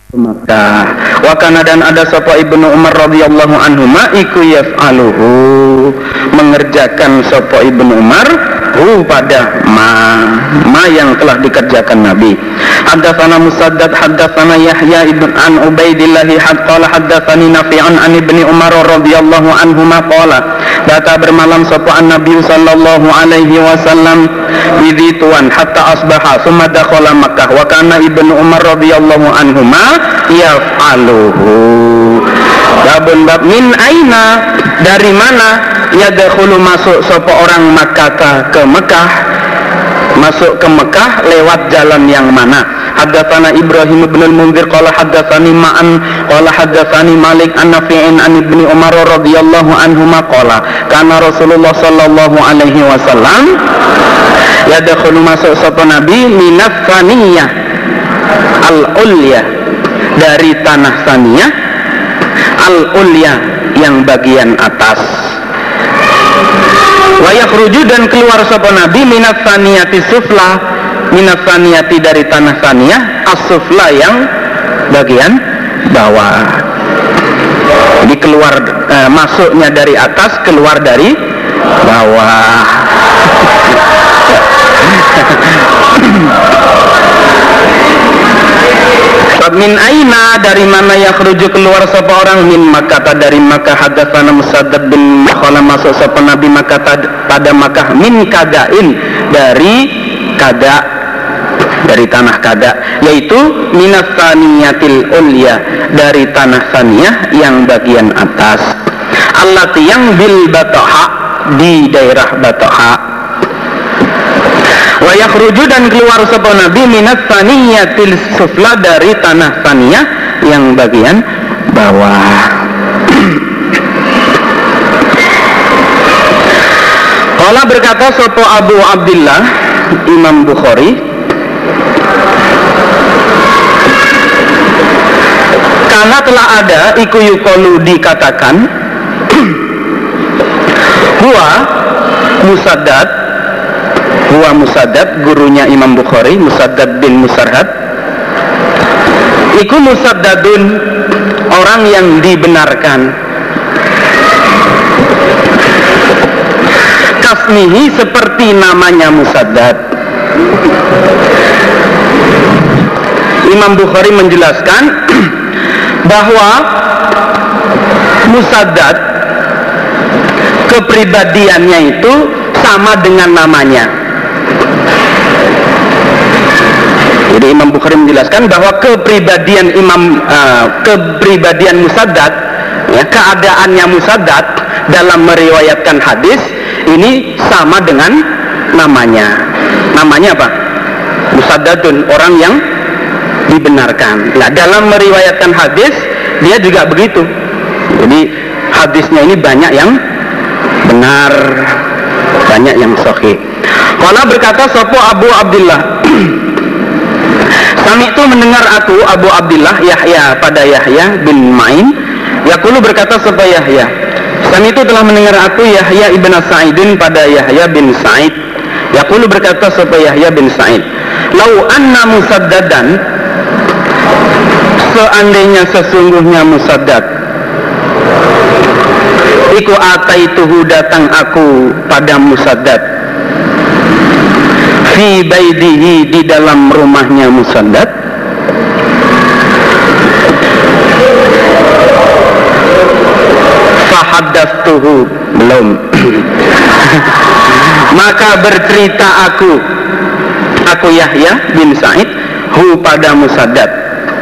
Makkah. Wa kana dan ada sapa Ibnu Umar radhiyallahu anhuma iku yaf'aluhu, mengerjakan sapa Ibnu Umar pada ma yang telah dikerjakan Nabi. Haddatsana Musaddad haddatsana Yahya ibn an Ubaidillah qala haddatsani Nafi'an an Ibni Umar radhiyallahu anhuma qala bata bermalam sapa Nabi sallallahu alaihi wasallam bidituan hatta asbaha summa dakhala Makkah wa kana Ibnu Umar radhiyallahu anhuma yaf'aluhu. Babun bab min aina, dari mana yadkhulu masuk sapa orang Makkah ke Mekah, masuk ke Mekah lewat jalan yang mana. Haddatsana Ibrahim bin al-Munzir qala haddatsani Ma'an qala haddatsani Malik an Nafi'in an Ibni Umar radhiyallahu anhuma qala kana Rasulullah sallallahu alaihi wasallam yadkhulu masuk sapa Nabi minaf saniyah al-ulya, dari tanah saniyah al-ulya yang bagian atas. Wa yakhruju dan keluar sapa Nabi minat saniyati sufla, minat saniyati dari tanah saniyah as-sufla yang bagian bawah. Jadi keluar masuknya dari atas, keluar dari bawah. Min aina, dari mana yakhruju keluar sapa orang min Makkah, dari Makkah. Hadatsana Musaddad bin Khala masuk sapa Nabi Makkah pada Makkah min kadain, dari kada, dari tanah kada, yaitu minas saniyatil ulya, dari tanah saniyah yang bagian atas. Allati yang bil bataha, di daerah bataha. Wa yakhruju dan keluar sapa Nabi minat saniyatil sufla, dari tanah saniyah yang bagian bawah. Qala berkata sapa Abu Abdillah Imam Bukhari, karena telah ada iku yuqalu dikatakan huwa Musaddad, gurunya Imam Bukhari, Musaddad bin Musarhad. Iku Musaddadun, orang yang dibenarkan. Kasmihi, seperti namanya Musaddad. Imam Bukhari menjelaskan bahwa Musaddad kepribadiannya itu sama dengan namanya. Jadi Imam Bukhari menjelaskan bahwa kepribadian Musaddad, ya, keadaannya Musaddad dalam meriwayatkan hadis ini sama dengan namanya. Namanya apa? Musaddadun, orang yang dibenarkan. Nah, dalam meriwayatkan hadis dia juga begitu. Jadi hadisnya ini banyak yang benar, banyak yang sahih. Qala berkata sapa Abu Abdillah, kami itu mendengar aku Abu Abdillah Yahya pada Yahya bin Ma'in, yaqulu berkata sapa Yahya, kami itu telah mendengar aku Yahya ibn Sa'idin pada Yahya bin Sa'id, yaqulu berkata sapa Yahya bin Sa'id, lau anna Musaddadan, seandainya sesungguhnya Musaddad, iku ataituhu, datang aku pada Musaddad, fi baidihi, di dalam rumahnya Musaddad, fahaddatstuhu, belum maka bercerita aku Yahya bin Sa'id hu pada Musaddad,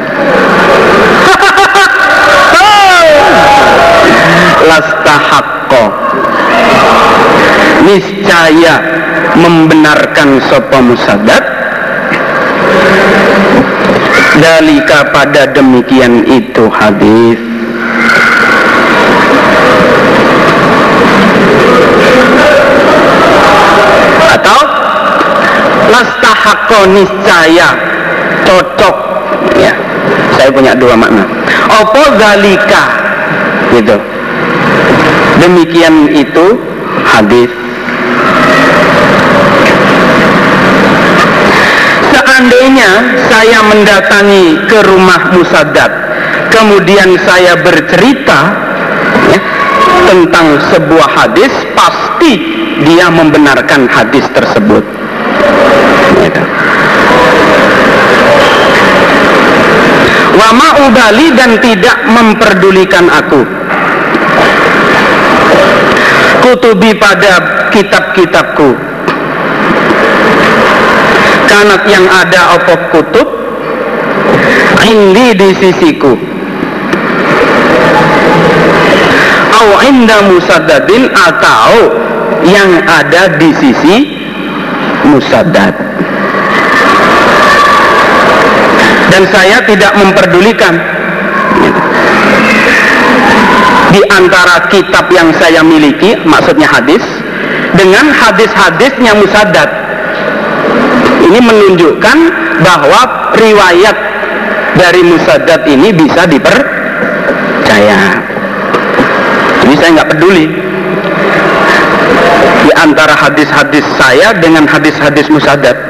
lastahaqqa, niscaya membenarkan sapa Musaddad, dalika, pada demikian itu hadis. Atau lastahaqqa, niscaya cocok, ya. Saya punya dua makna. Apa dalika, gitu. Demikian itu hadis. seandainya saya mendatangi ke rumah Musaddad, kemudian saya bercerita ya, tentang sebuah hadis, pasti dia membenarkan hadis tersebut. Gitu. Wa ma'ubali, dan tidak memperdulikan aku. Kutubi, pada kitab-kitabku. Kanat, yang ada opok kutub, indi, di sisiku. Au inda Musaddadin, atau yang ada di sisi Musaddad. Dan saya tidak memperdulikan di antara kitab yang saya miliki, maksudnya hadis, dengan hadis-hadisnya Musaddad. Ini menunjukkan bahwa riwayat dari Musaddad ini bisa dipercaya. Jadi saya nggak peduli di antara hadis-hadis saya dengan hadis-hadis Musaddad.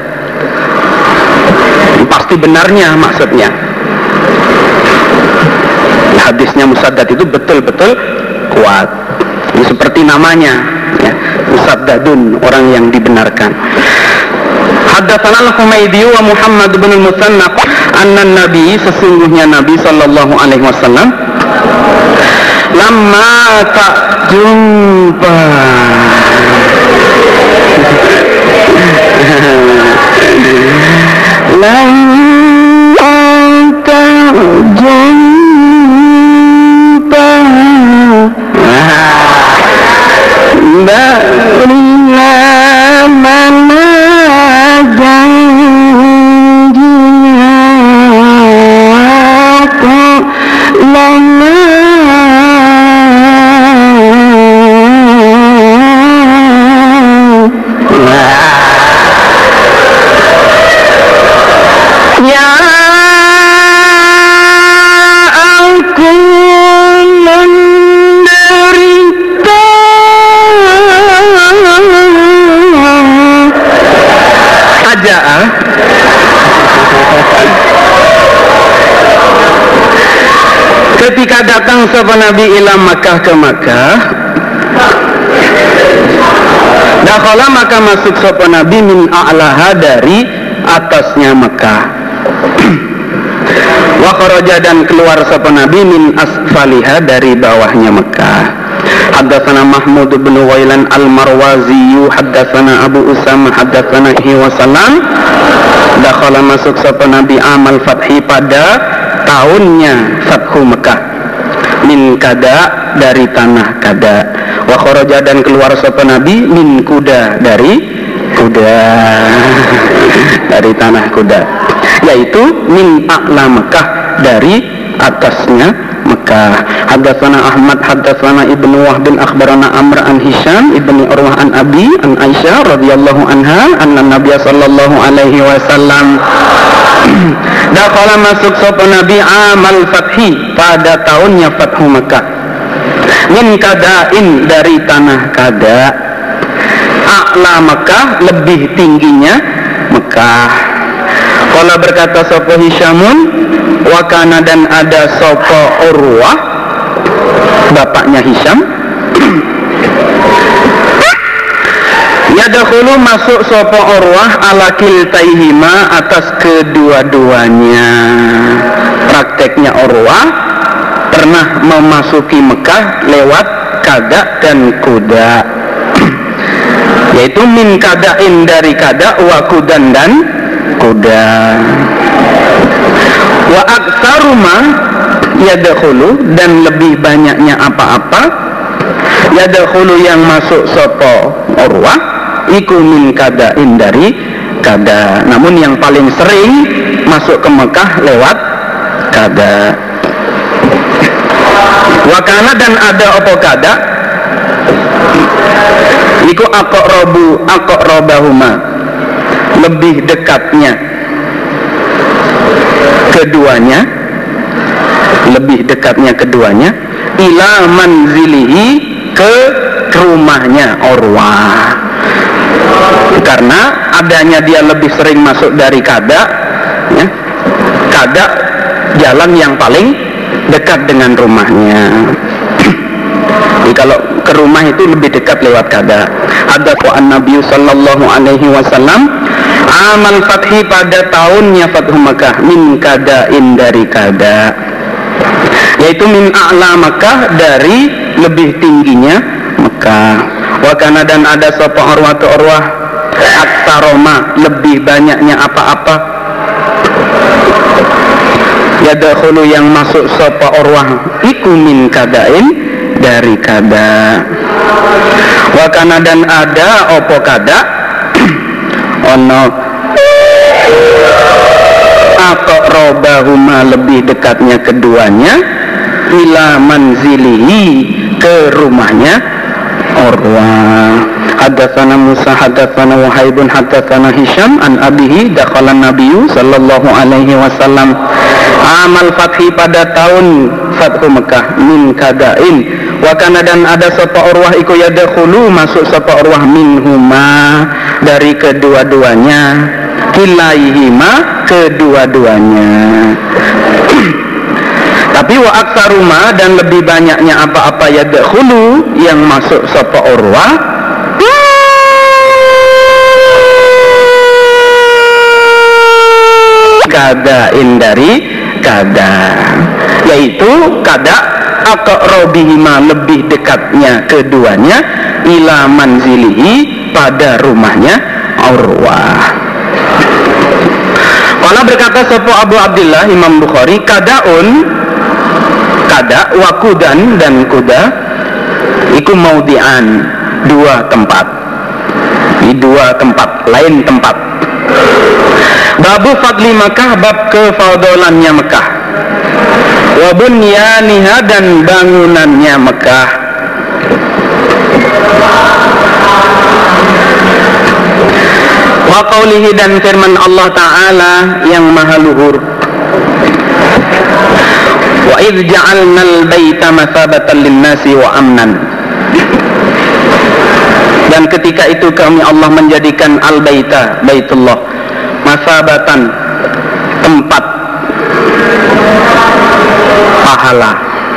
Pasti benarnya, maksudnya hadisnya Musaddad itu betul-betul kuat. Ini seperti namanya ya, Musaddadun, orang yang dibenarkan. Haddatsana al-Humaydi wa Muhammad bin al-Musanna anna Nabi, sesungguhnya Nabi sallallahu alaihi wasallam, lama tak jumpa ketika datang sapa Nabi ila Makkah, ke Makkah, dakhala, maka masuk sapa Nabi min a'laha, dari atasnya Makkah. Wa kharaja, dan keluar sapa Nabi min asfaliha, dari bawahnya Makkah. Haddatsana Mahmud bin Wailan al-Marwazi, haddatsana Abu Usama, haddatsana wa salam. Dakhala, masuk sapa Nabi amal fathi, pada tahunnya Fathu Mekah, min kada, dari tanah Kada. Wa kharaja, dan keluar sapa Nabi min kuda, dari kuda, dari tanah kuda, yaitu min a'la Mekah, dari atasnya Mekah. Haddatsana Ahmad, haddatsana Ibnu Wahb bin akhbarana Amr an Hisham ibni Urwah an Abi an Aisyah radhiyallahu anha anna Nabiy sallallahu alaihi wasallam dakhala, masuk sapa Nabi amal fathi, pada tahunnya Fathu Mekah, min kadain, dari tanah Kada. A'la Mekah, lebih tingginya Mekah. Qala, berkata sapa Hisyamun, wa kana, dan ada sapa Urwah, bapaknya Hisyam, yadkhulu, masuk sapa Urwah, ala kiltaihima, atas kedua-duanya. Prakteknya Urwah pernah memasuki Mekah lewat Kada dan kuda, yaitu min kadain, dari Kada, wa kudan, dan kuda. Wa aktsaruma yadkhulu, dan lebih banyaknya apa-apa, yadkhulu, yang masuk sapa Urwah, iku min kadain, dari Kada. Namun yang paling sering masuk ke Mekah lewat Kada. Wa kana, dan ada apa Kada, iku aqrabahuma, lebih dekatnya keduanya, lebih dekatnya keduanya, ila manzilihi, ke rumahnya Urwah. Karena adanya dia lebih sering masuk dari Kada, ya. Kada jalan yang paling dekat dengan rumahnya. Jadi kalau ke rumah itu lebih dekat lewat kada. Ada qa'an Nabi sallallahu alaihi wasallam amal fathi pada tahunnya Fathu Makkah min kadain dari kada, yaitu min a'la Makkah dari lebih tingginya Mekah. Wa kana dan ada sapa urwah aktaroma lebih banyaknya apa-apa yadkhulu yang masuk sapa urwah iku min kadain dari kada. Wa kana dan ada opo kada ono aqrabahuma lebih dekatnya keduanya ila manzilihi ke rumahnya Urwah. Hadatsana Musa hadatsana Wahaibun hadatsana Hisham an abihi dakhala Nabiyyu sallallahu alaihi wasallam amal fathi pada tahun Fathu Mekah min kadain. Wa kana dan ada sapa Urwah iku yadkhulu masuk sapa Urwah minhuma dari kedua-duanya kilaihima kedua-duanya. Tapi wa aktsaruma dan lebih banyaknya apa-apa yadkhulu yang masuk sapa Urwah kadain dari kada, yaitu kada aqrabihima lebih dekatnya keduanya ila manzilihi pada rumahnya Urwah. Qala berkata sapa Abu Abdullah Imam Bukhari kadaun kada wa kudan dan kuda iku maudian dua tempat, di dua tempat lain tempat. Babu fadli Makkah bab kefaudolannya Mekah wa bunyaniha dan bangunannya Mekah. Wa qaulihi dan firman Allah Ta'ala yang maha luhur wa idh ja'alnal baita mathabatan linnasi wa amnan, dan ketika itu kami Allah menjadikan al-baita baitullah mathabatan tempat pahala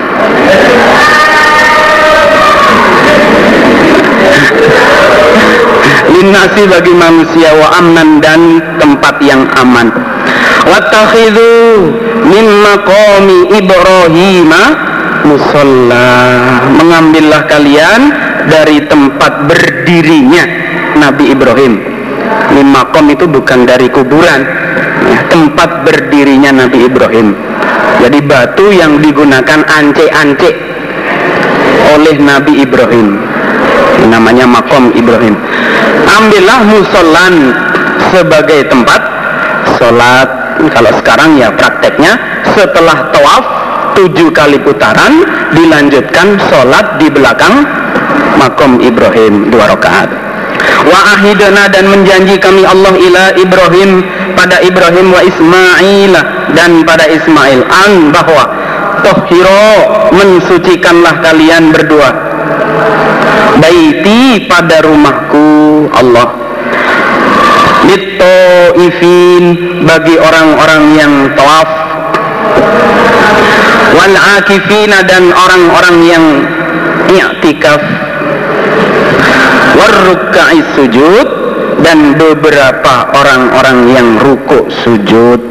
linnasi bagi manusia wa amnan dan tempat yang aman. Wattakhidhu min maqami Ibrahima musalla, mengambillah kalian dari tempat berdirinya Nabi Ibrahim. Min maqam itu bukan dari kuburan ya, tempat berdirinya Nabi Ibrahim. Jadi batu yang digunakan ance-ance oleh Nabi Ibrahim namanya maqam Ibrahim. Ambillah musollan sebagai tempat sholat. Kalau sekarang ya prakteknya setelah tawaf 7 kali putaran dilanjutkan sholat di belakang maqam Ibrahim 2 rakaat. Wa ahidna dan menjanji kami Allah ila Ibrahim pada Ibrahim wa Ismail dan pada Ismail an bahwa tohiro mensucikanlah kalian berdua baiti pada rumahku Allah lit-taifin bagi orang-orang yang tawaf wal akifina dan orang-orang yang i'tikaf warruka'is sujud dan beberapa orang-orang yang rukuk sujud.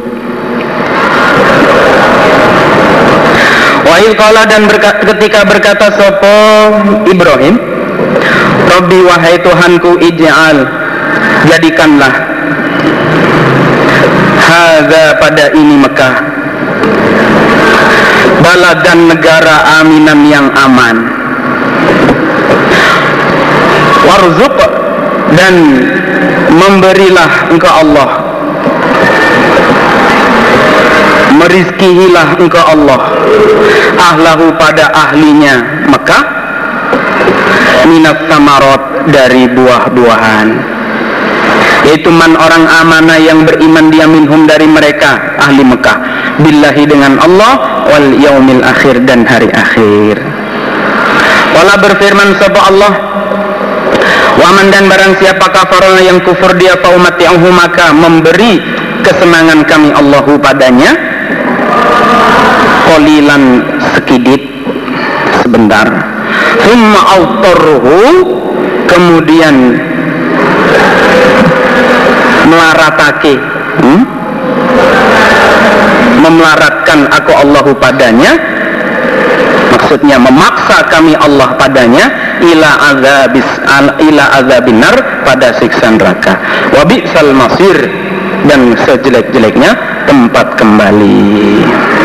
Wa qala dan ketika berkata sapa Ibrahim Rabbi wahai Tuhanku ij'al jadikanlah hadza pada ini Mekah baladan negara aminan yang aman warzuq dan memberilah engkau Allah merizkihilah engkau Allah ahlahu pada ahlinya Mekah minat samarot dari buah-buahan, yaitu man orang amanah yang beriman dia minhum dari mereka ahli Mekah billahi dengan Allah wal yaumil akhir dan hari akhir. Wala berfirman sapa Allah waman dan barang siapa kafarona yang kufur dia faumati'uhu maka memberi kesenangan kami Allahu padanya, qalilan sedikit sebentar, thumma autarruhu kemudian melaratake, memelaratkan aku Allahu padanya, maksudnya memaksa kami Allah padanya, ila azabinar pada siksa neraka, wa bi'sal masir dan sejelek-jeleknya tempat kembali.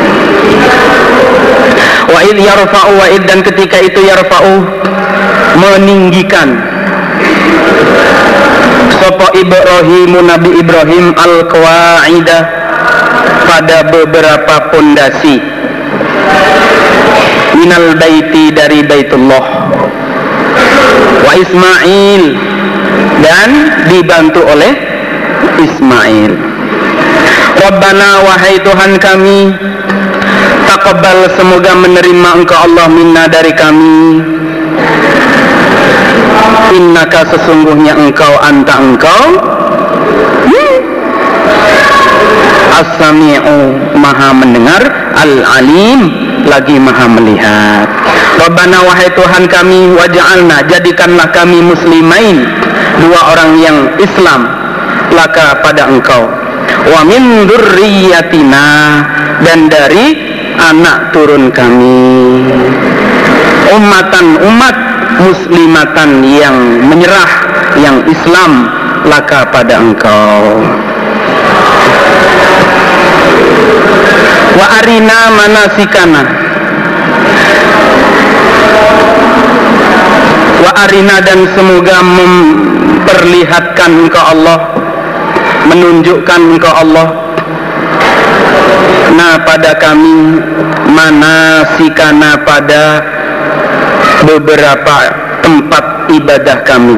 Wa id yarfa'u, wa id dan ketika itu yarfa'u meninggikan sapa Ibrahimu Nabi Ibrahim al-qawaidah pada beberapa pondasi minal baiti dari Baitullah, wa Ismail dan dibantu oleh Ismail. Rabbana wahai Tuhan kami, taqabbal semoga menerima Engkau Allah minna dari kami, innaka sesungguhnya Engkau anta Engkau as-sami'u maha mendengar, al-alim lagi maha melihat. Rabbana wahai Tuhan kami, waj'alna jadikanlah kami muslimain dua orang yang Islam laka pada Engkau, wa min dzurriyyatina dan dari anak turun kami, umat muslimatan yang menyerah, yang Islam laka pada Engkau. Wa arina manasikana, wa arina dan semoga memperlihatkan Engkau Allah, menunjukkan Engkau Allah pada kami, manasikana pada beberapa tempat ibadah kami.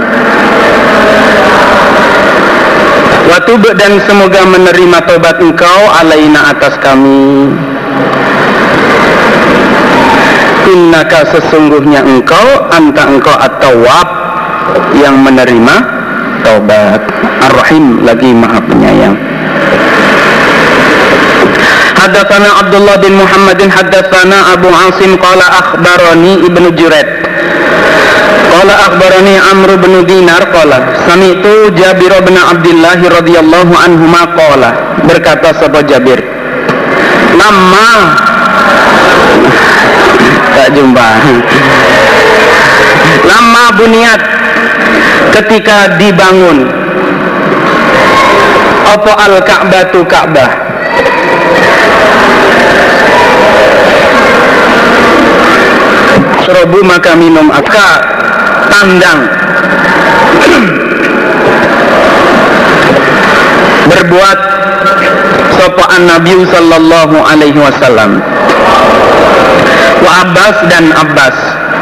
Watub dan semoga menerima tobat Engkau alaina atas kami, innaka sesungguhnya Engkau anta Engkau at-tawwab yang menerima tobat, ar-rahim lagi maha penyayang. Haddatsana Abdullah bin Muhammadin haddatsana Abu Asim qala akhbarani Ibnu Jurayd qala akhbarani Amr bin Dinar qala sami'tu Jabir bin Abdullah radhiyallahu anhuma qala, berkata sahabat Jabir, lama tak jumpa lama buniat ketika dibangun apa al-Ka'batu Ka'bah, syarabu maka minum aka tandang berbuat sopaan Nabi sallallahu alaihi wasallam, wa Abbas dan Abbas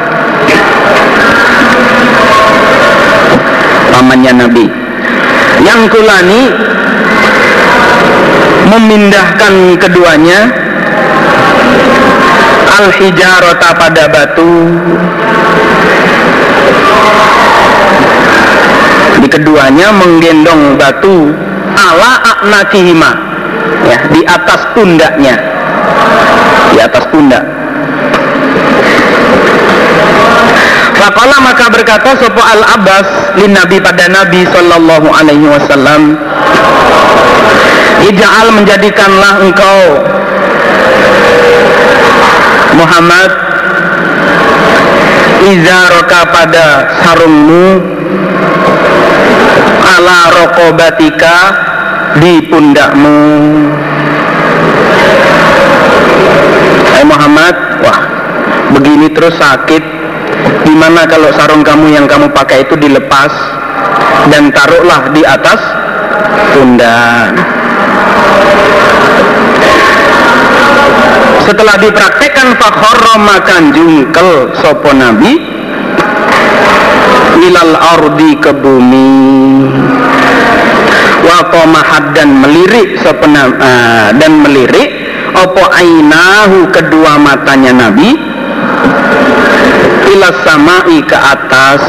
pamannya Nabi, yang kulani memindahkan keduanya al-hijarata pada batu, di keduanya menggendong batu ala a'nakihima, ya, di atas pundaknya, di atas pundak. Faqala maka berkata sapa al-Abbas lin Nabi pada Nabi sallallahu alaihi wasallam, ij'al menjadikanlah engkau Muhammad izaraka pada sarungmu, ala raqabatika di pundakmu. Hai Muhammad, wah begini terus sakit. Gimana kalau sarung kamu yang kamu pakai itu dilepas dan taruhlah di atas pundak. Setelah dipraktekkan fakharra makan jungkel sopo Nabi ilal ardi ke bumi, wa qamahad dan melirik sopo dan melirik opo ainahu kedua matanya Nabi ilas samai ke atas.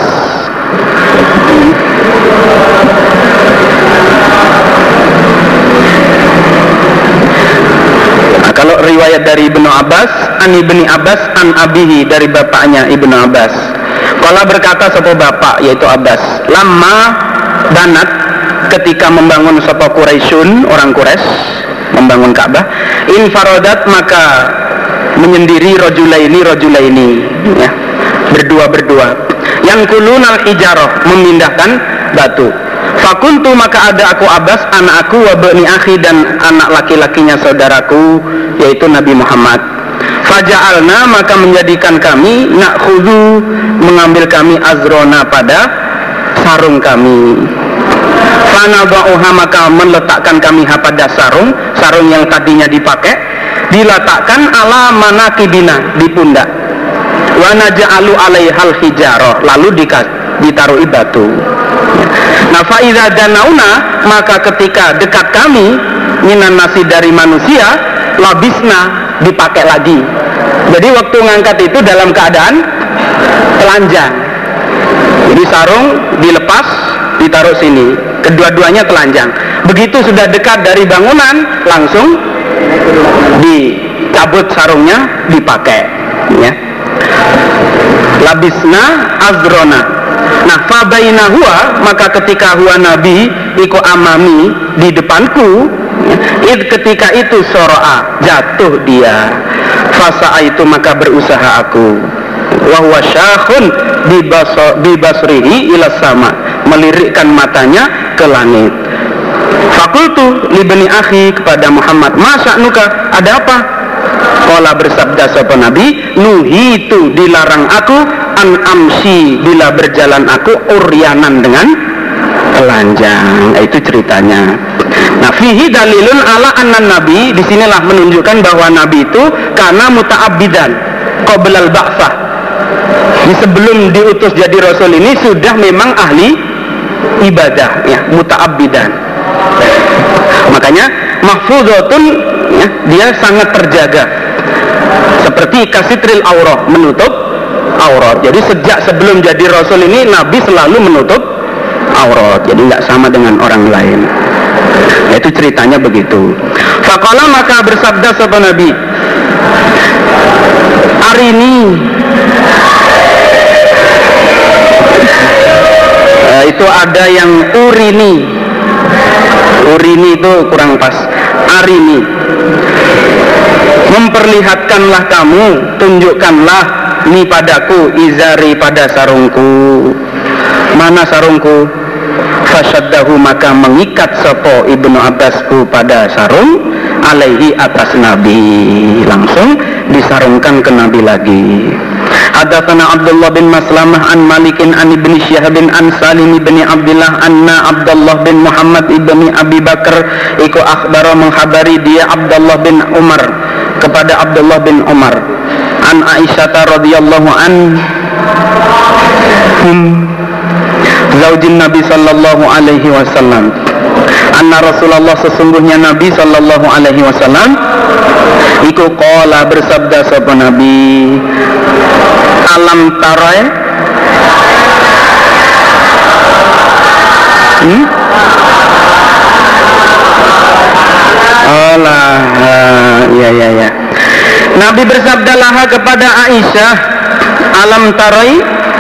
Kalau riwayat dari Ibnu Abbas, an Ibni Abbas an abihi, dari bapaknya Ibnu Abbas. Kala berkata sapa bapak yaitu Abbas, lama banat, ketika membangun sapa Quraisyun, orang Quraisy membangun Ka'bah, infaradat, maka menyendiri rojulaini ya, berdua yang kulunal hijarah, memindahkan batu. Fakuntu, maka ada aku Abbas, anakku, wa bani akhi, dan anak laki-lakinya saudaraku yaitu Nabi Muhammad. Faja'alna, maka menjadikan kami, na'khudhu, mengambil kami, azrona, pada sarung kami. Fanadha'uha, maka meletakkan kami pada sarung yang tadinya dipakai, diletakkan ala manakibina, di pundak. Wa naj'alu 'alaihal hijarah, lalu ditaruhi batu. Nah, fa'idha danauna, maka ketika dekat kami, minan nasi, dari manusia, labisna, dipakai lagi. Jadi waktu ngangkat itu dalam keadaan telanjang. Jadi sarung dilepas, ditaruh sini, kedua-duanya telanjang. Begitu sudah dekat dari bangunan, langsung dicabut sarungnya, dipakai ya. Labisna azrona. Nah, fabaina huwa, maka ketika huwa Nabi iku amami, di depanku, ketika itu soro'a, jatuh dia. Fasa itu, maka berusaha aku, wahwa syakhun bibasrihi ila sama, melirikkan matanya ke langit. Fakultu libni akhi, kepada Muhammad, masya'nuka, ada apa? Qala, bersabda sapa Nabi, nuhitu, dilarang aku, an amsi, bila berjalan aku, uryanan, dengan telanjang. Itu ceritanya. Nah, fihi dalilun ala annan nabi, disinilah menunjukkan bahwa Nabi itu karena muta'abbidan qoblal ba'tsah. Sebelum diutus jadi Rasul ini sudah memang ahli ibadah ya, muta'abbidan. Makanya mahfuzatun ya, dia sangat terjaga. Seperti kasitril aurah, menutup aurat. Jadi sejak sebelum jadi Rasul ini Nabi selalu menutup aurat. Jadi nggak sama dengan orang lain. Itu ceritanya begitu. Faqala, maka bersabda sapa Nabi, arini, itu ada yang urini itu kurang pas. Arini, memperlihatkanlah kamu, tunjukkanlah ni padaku, izari, pada sarungku. Mana sarungku? Fasyaddahu, maka mengikat sapa Ibnu Abbasku pada sarung, alaihi, atas Nabi, langsung disarungkan ke Nabi lagi. Hadatsana Abdullah bin Maslamah an Malikin an Ibni Syihab an Salim bin Abdullah anna Abdullah bin Muhammad ibni Abi Bakar iku akhbara, menghabari dia Abdullah bin Umar kepada Abdullah bin Umar an Aisyah radhiyallahu zaujin Nabi sallallahu alaihi wasallam, anna Rasulullah, sesungguhnya Nabi sallallahu alaihi wasallam iku qala, bersabda sapa Nabi, alam tarai ya. Nabi bersabdalah kepada Aisyah, alam tarai,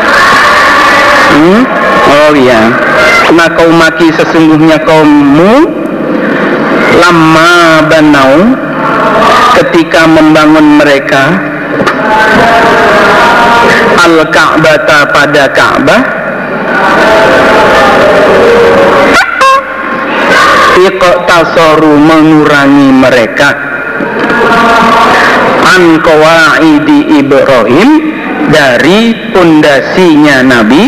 oh ya, nah kaumaki, sesungguhnya kaummu, lama banau, ketika membangun mereka, al-Ka'bata, pada Ka'bah, iqtasaru, mengurangi mereka, an qawaidi Ibrahim, dari pondasinya Nabi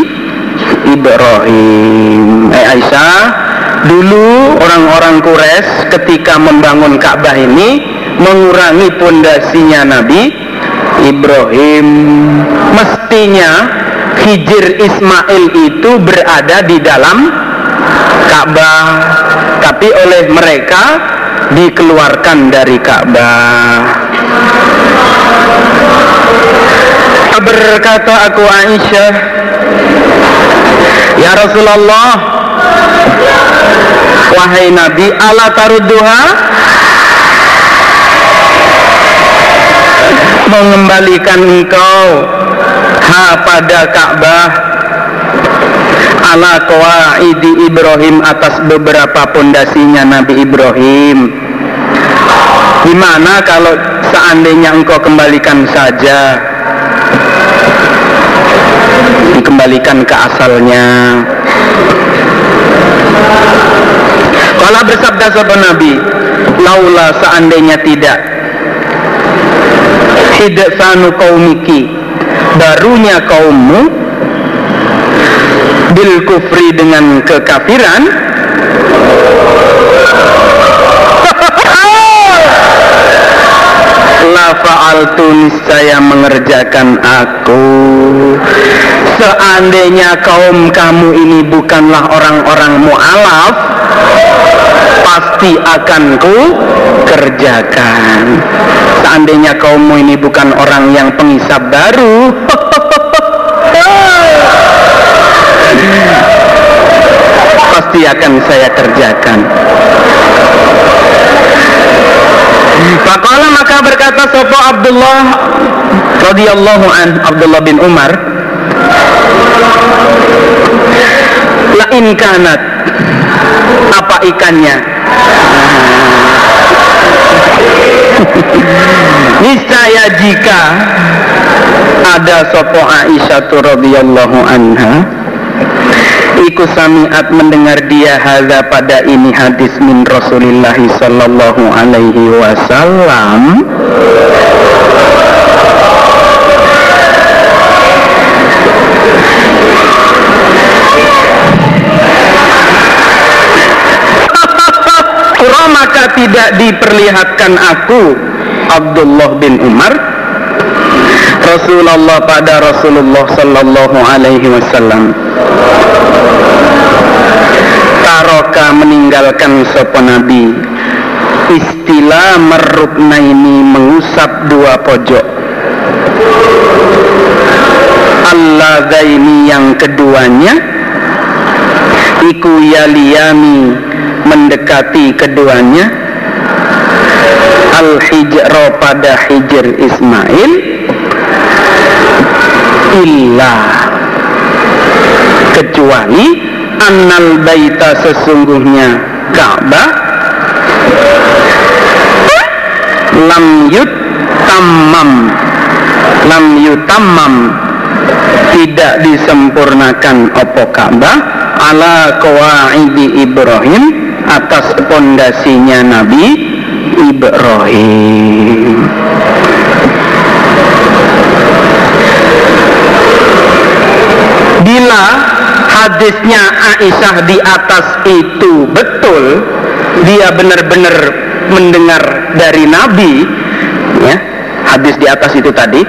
Ibrahim. Aisyah, dulu orang-orang Quraisy ketika membangun Ka'bah ini mengurangi pondasinya Nabi Ibrahim. Mestinya Hijir Ismail itu berada di dalam Ka'bah, tapi oleh mereka dikeluarkan dari Ka'bah. Berkata aku Aisyah, ya Rasulullah, wahai Nabi, ala tarudduha, mengembalikan engkau pada Ka'bah ala qawaidi Ibrahim, atas beberapa pondasinya Nabi Ibrahim. Gimana kalau seandainya engkau kembalikan saja, dikembalikan ke asalnya. Kalau bersabda sahabat Nabi, laula, seandainya tidak, hidsanu qaumiki, barunya kaummu, bil kufri, dengan kekafiran, la fa'altu, niscaya mengerjakan aku. Seandainya kaum kamu ini bukanlah orang-orang mu'alaf, pasti akan ku kerjakan. Seandainya kaummu ini bukan orang yang penghisab baru, pasti akan saya kerjakan. Faqala, maka berkata sapa Abdullah radhiyallahu an, Abdullah bin Umar, la in kanat, apa ikannya? Niscaya jika ada sapa Aisyah radhiyallahu anha, iku sami'at, mendengar dia, hadza, pada ini, hadis min Rasulillah sallallahu alaihi wasallam, maka tidak diperlihatkan aku, Abdullah bin Umar, Rasulullah, pada Rasulullah sallallahu alaihi wasallam, taroka, meninggalkan sapa Nabi, istilah meruknaini, mengusap dua pojok, alladzaini, yang keduanya, iku yaliyami, mendekati keduanya, al-hijra, pada hijr Ismail, illa, kecuali, annal baita, sesungguhnya Ka'bah, lam yutammam, tidak disempurnakan apa Ka'bah, ala qawaidi Ibrahim, atas pondasinya Nabi Ibrahim. Bila hadisnya Aisyah di atas itu betul, dia benar-benar mendengar dari Nabi, ya, hadis di atas itu tadi,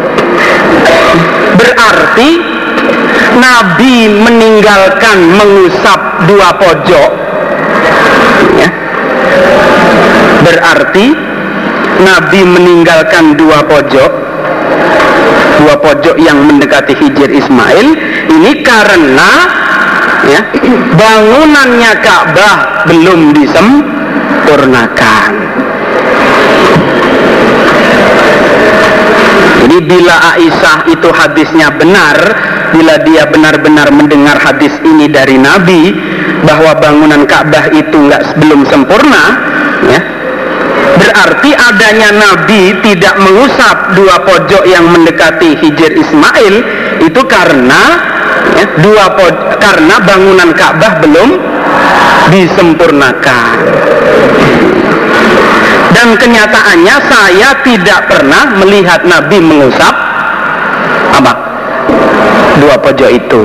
berarti Nabi meninggalkan mengusap dua pojok, ya. Berarti Nabi meninggalkan dua pojok yang mendekati hijr Ismail ini karena, ya, bangunannya Ka'bah belum disempurnakan. Jadi bila Aisyah itu hadisnya benar, bila dia benar-benar mendengar hadis ini dari Nabi, bahwa bangunan Ka'bah itu belum sempurna, ya, berarti adanya Nabi tidak mengusap dua pojok yang mendekati hijr Ismail itu karena, ya, karena bangunan Ka'bah belum disempurnakan. Dan kenyataannya saya tidak pernah melihat Nabi mengusap apa? Dua pojok itu.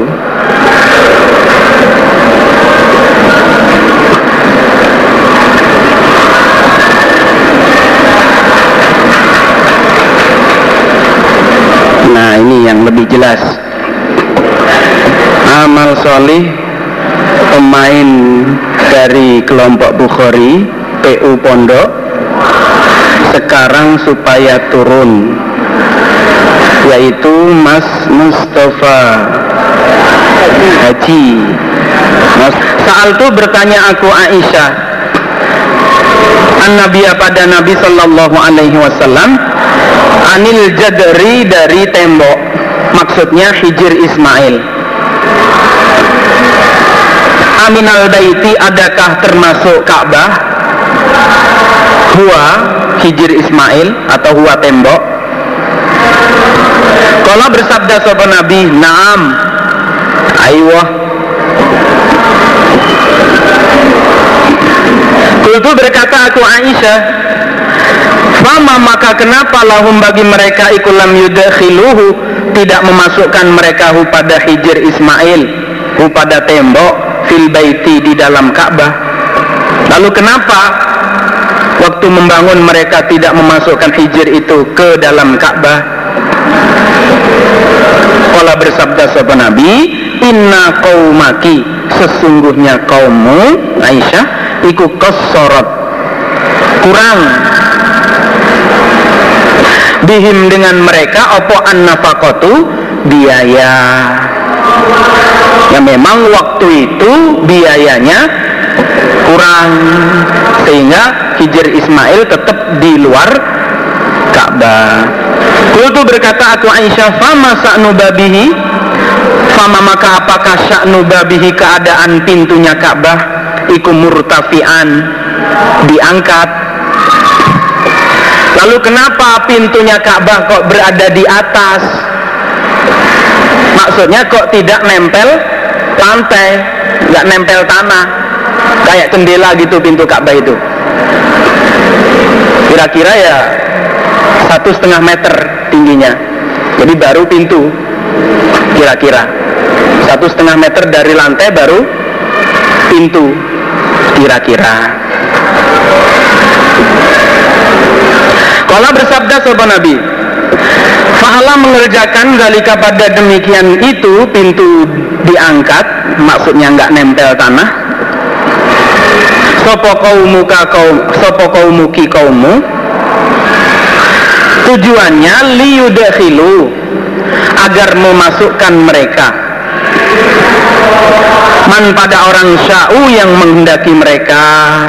Nah, ini yang lebih jelas. Amal solih pemain dari kelompok Bukhari, PU Pondok, sekarang supaya turun, yaitu Mas Mustafa Haji. Saat itu bertanya aku Aisyah, an Nabiya, pada Nabi sallallahu alaihi wasallam, Anil jadri, dari tembok, maksudnya hijir Ismail. Aminal baiti, adakah termasuk Ka'bah? Huwa, hijir Ismail atau huwa tembok. Kalau bersabda sapa Nabi, naam, aywah. Kultu, berkata aku Aisyah, fama, maka kenapa lahum, bagi mereka, ikulam yudakhiluhu, tidak memasukkan mereka hu pada hijir Ismail, hu pada tembok, fil baiti, di dalam Ka'bah. Lalu kenapa waktu membangun mereka tidak memasukkan hijir itu ke dalam Ka'bah? Qala, bersabda sapa Nabi, inna qaumaki, sesungguhnya kaummu Aisyah, iku qassarat, kurang, bihim, dengan mereka, opo an-nafaqatu, biaya. Ya memang waktu itu biayanya kurang, sehingga hijir Ismail tetap di luar Ka'bah. Kultu, berkata aku Aisyah, fama sa'nu babihi, fama, maka apakah sa'nu babihi, keadaan pintunya Ka'bah, iku murtafi'an, diangkat. Lalu kenapa pintunya Ka'bah kok berada di atas? Maksudnya kok tidak nempel lantai, nggak nempel tanah, kayak jendela gitu pintu Ka'bah itu. Kira-kira ya 1,5 meter tingginya. Jadi baru pintu, kira-kira 1,5 meter dari lantai baru pintu, kira-kira. Kala bersabda sahabat Nabi, fa'ala, mengerjakan zalika, pada demikian itu, pintu diangkat, maksudnya nggak nempel tanah. Sopo qaumuki, kaummu, tujuannya liyudakhilu, agar memasukkan mereka, man, pada orang sya'u, yang menghendaki mereka,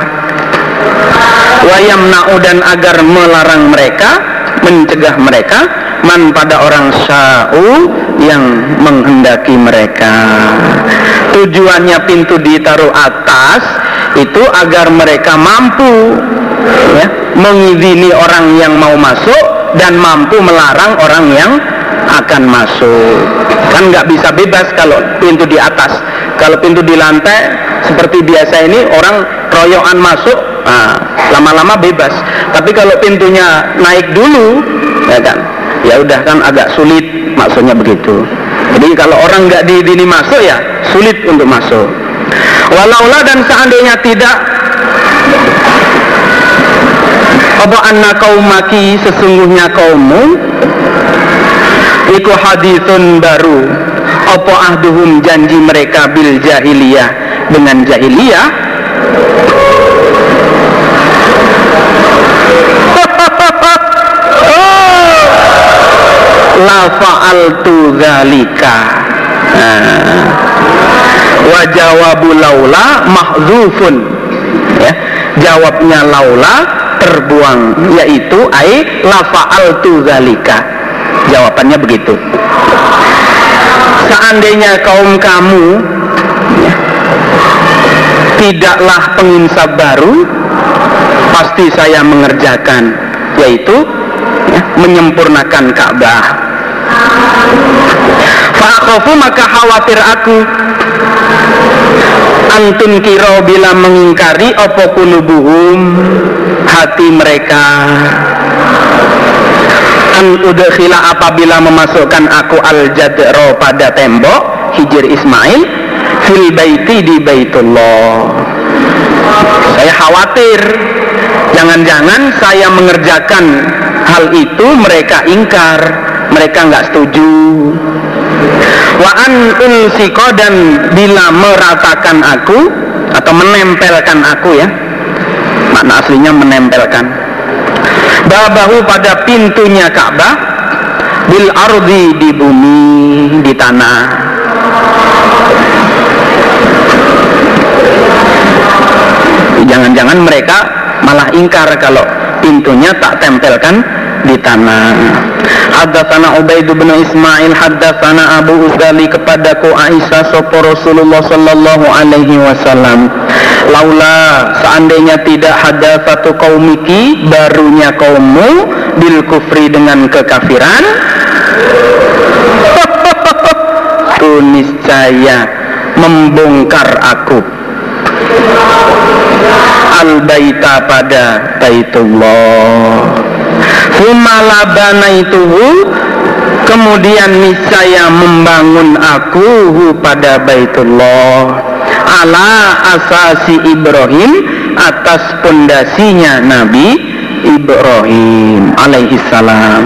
wayamna'u, dan agar melarang mereka, mencegah mereka, man, pada orang sya'u, yang menghendaki mereka. Tujuannya pintu ditaruh atas itu agar mereka mampu, ya, mengizini orang yang mau masuk dan mampu melarang orang yang akan masuk. Kan nggak bisa bebas kalau pintu di atas. Kalau pintu di lantai seperti biasa ini, orang royokan masuk, nah, lama-lama bebas. Tapi kalau pintunya naik dulu, ya kan, ya udah kan agak sulit, maksudnya begitu. Jadi kalau orang nggak diizini masuk, ya sulit untuk masuk. Walaula, dan seandainya tidak, apa anna qaumaki, sesungguhnya kaummu, iku haditsun baru, apa ahduhum, janji mereka, bil jahiliyah, dengan jahiliyah, la fa'altu dzalika. Wa jawabu laula mahdzufun, ya, jawabnya laula terbuang, yaitu ai la fa'altu dzalika, jawabannya begitu. Seandainya kaum kamu, ya, tidaklah penginsaf baru, pasti saya mengerjakan, yaitu, ya, menyempurnakan Ka'bah. Fa'akhafu, maka khawatir aku, antun kiro, bila mengingkari, opo kulubuhum, hati mereka, an udkhila, apabila memasukkan aku al-jadro, pada tembok hijir Ismail, fil baiti, di Baitullah. Saya khawatir jangan-jangan saya mengerjakan hal itu, mereka ingkar, mereka nggak setuju. Wa an ulsiko, dan bila meratakan aku atau menempelkan aku, ya, makna aslinya menempelkan, babahu, pada pintunya Ka'bah, bil ardi, di bumi, di tanah. Jangan-jangan mereka malah ingkar kalau pintunya tak tempelkan di tanah. Haddatsana Ubaid bin Ismail haddatsana Abu Uzali kepadaku Aisyah sapa Rasulullah sallallahu alaihi wasallam, laula seandainya tidak hadatsatu qaumiki barunya kaummu bil kufri dengan kekafiran niscaya membongkar aku al-baita pada Baitullah. Humalabanaytuhu kemudian niscaya membangun aku pada Baitullah ala asasi Ibrahim atas pondasinya Nabi Ibrahim alaihi salam.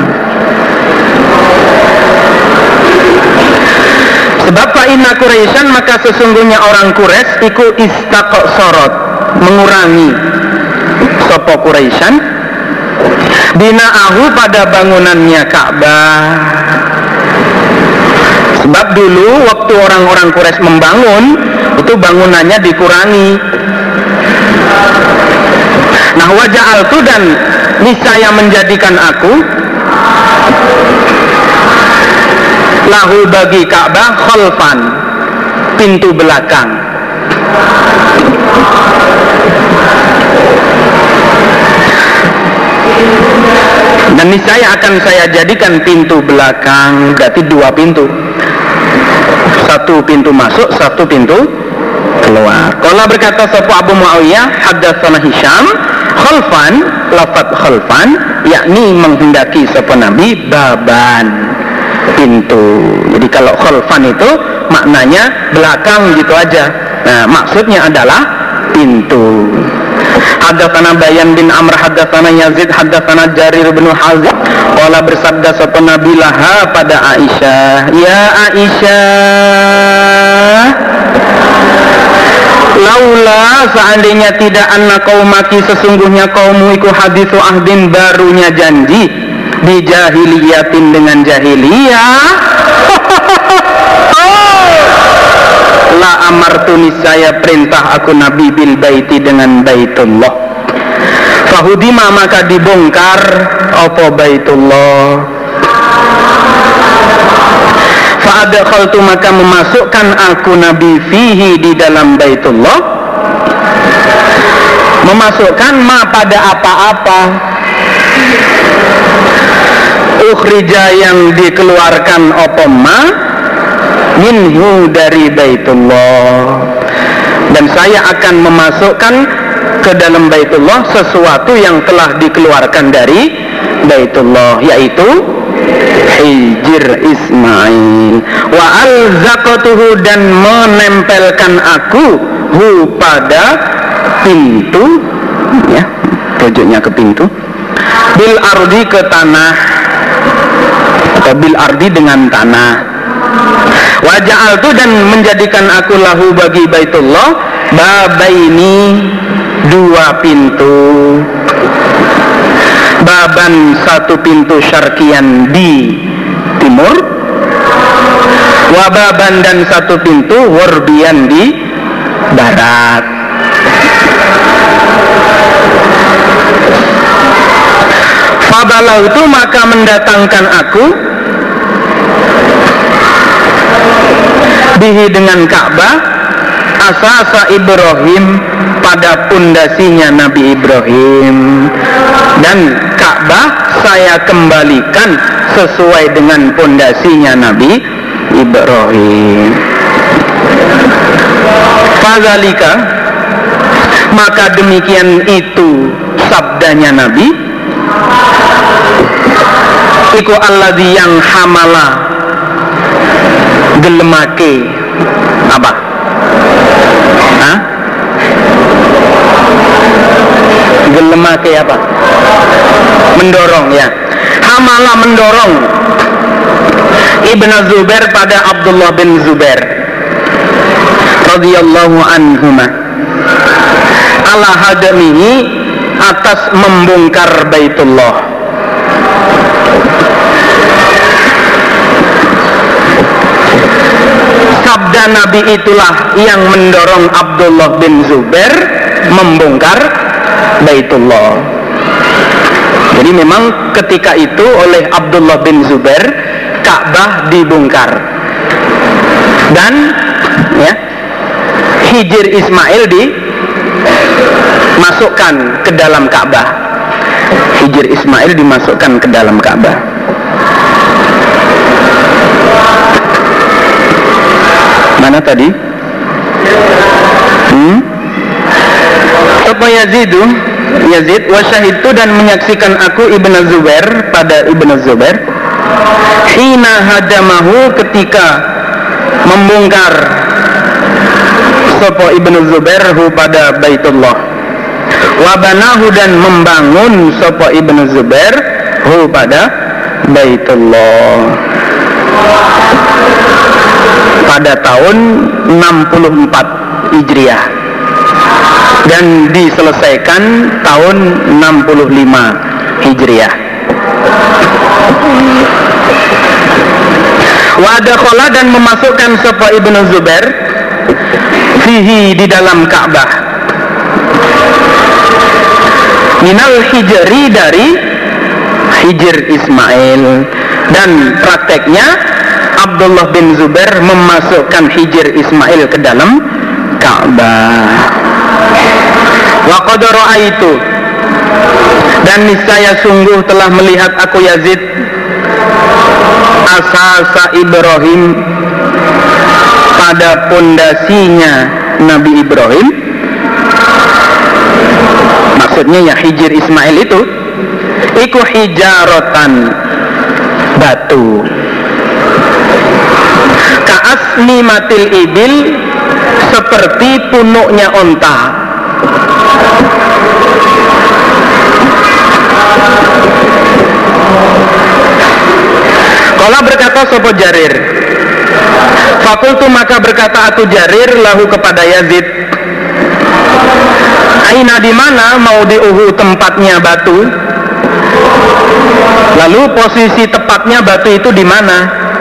Sebab fa'inna Quraisyan maka sesungguhnya orang Quraisy iku istaqsorot mengurangi sapa Quraisyan bina'ahu pada bangunannya Ka'bah. Sebab dulu waktu orang-orang Quraisy membangun itu bangunannya dikurangi. Nah waja'altu dan niscaya menjadikan aku lahu bagi Ka'bah khalfan pintu belakang. Dan niscaya akan saya jadikan pintu belakang, berarti dua pintu, satu pintu masuk, satu pintu keluar. Qala berkata sapa Abu Muawiyah haddatsana Hisham khalfan, lafaz khalfan yakni menghendaki sapa Nabi baban pintu. Jadi kalau khalfan itu maknanya belakang gitu aja. Nah, maksudnya adalah pintu. Haddatsana Bayan bin Amr haddatsana Yazid haddatsana Jarir bin Hazim qala bersabda sapa Nabi laha pada Aisyah, ya Aisyah, laula seandainya tidak anna qaumaki sesungguhnya kaummu iku haditsu ahdin barunya janji di jahiliyatin dengan jahiliyah la amartuni saya perintah aku Nabi bil baiti dengan Baitullah fahudima maka dibongkar apa Baitullah fa'adkhaltu maka memasukkan aku Nabi fihi di dalam Baitullah, memasukkan ma pada apa-apa ukhrija yang dikeluarkan apa ma minhu dari Baitullah, dan saya akan memasukkan ke dalam Baitullah sesuatu yang telah dikeluarkan dari Baitullah, yaitu hijir Ismail. Wa alzaqatuhu dan menempelkan aku hu pada pintu, ya rujuknya ke pintu, bil ardi ke tanah atau bil ardi dengan tanah. Waja'altu dan menjadikan aku lahu bagi Baitullah babaini dua pintu, baban satu pintu syarqiyan di timur, wababan dan satu pintu warbian di barat. Fabalau itu maka mendatangkan aku bihi dengan Ka'bah asasa Ibrahim pada pondasinya Nabi Ibrahim, dan Ka'bah saya kembalikan sesuai dengan pondasinya Nabi Ibrahim. Fadzalika maka demikian itu sabdanya Nabi iku alladzi yang hamala gelemake apa? Hah? Gelemake apa? Mendorong ya. Hamala mendorong Ibn Zubair pada Abdullah bin Zubair radhiyallahu anhuma ala hadamihi atas membongkar Baitullah. Sabda Nabi itulah yang mendorong Abdullah bin Zubair membongkar Baitullah. Jadi memang ketika itu oleh Abdullah bin Zubair Ka'bah dibongkar dan ya Hijr Ismail dimasukkan ke dalam Ka'bah. Hijr Ismail dimasukkan ke dalam Ka'bah. Mana tadi? Apa Yazid wa syahidtu dan menyaksikan aku Ibnu Zubair pada Ibnu Zubair hina hadamahu ketika membongkar sapa Ibnu Zubair hu pada Baitullah wa banahu dan membangun sapa Ibnu Zubair hu pada Baitullah pada tahun 64 Hijriah dan diselesaikan tahun 65 Hijriah. Wa adkhala dan memasukkan sapa Ibnu Zubair fihi di dalam Ka'bah minal hijri dari Hijr Ismail, dan prakteknya Abdullah bin Zubair memasukkan Hijr Ismail ke dalam Ka'bah. Wa qad ra'aitu dan niscaya sungguh telah melihat aku Yazid asasa Ibrahim pada pondasinya Nabi Ibrahim, maksudnya ya Hijr Ismail itu iku hijaratan batu ka'asni matil ibil seperti punuknya onta. Kala berkata sapa Jarir, fakultu maka berkata aku Jarir lahu kepada Yazid, aina di mana mau diuhu tempatnya batu, lalu posisi tepatnya batu itu di mana?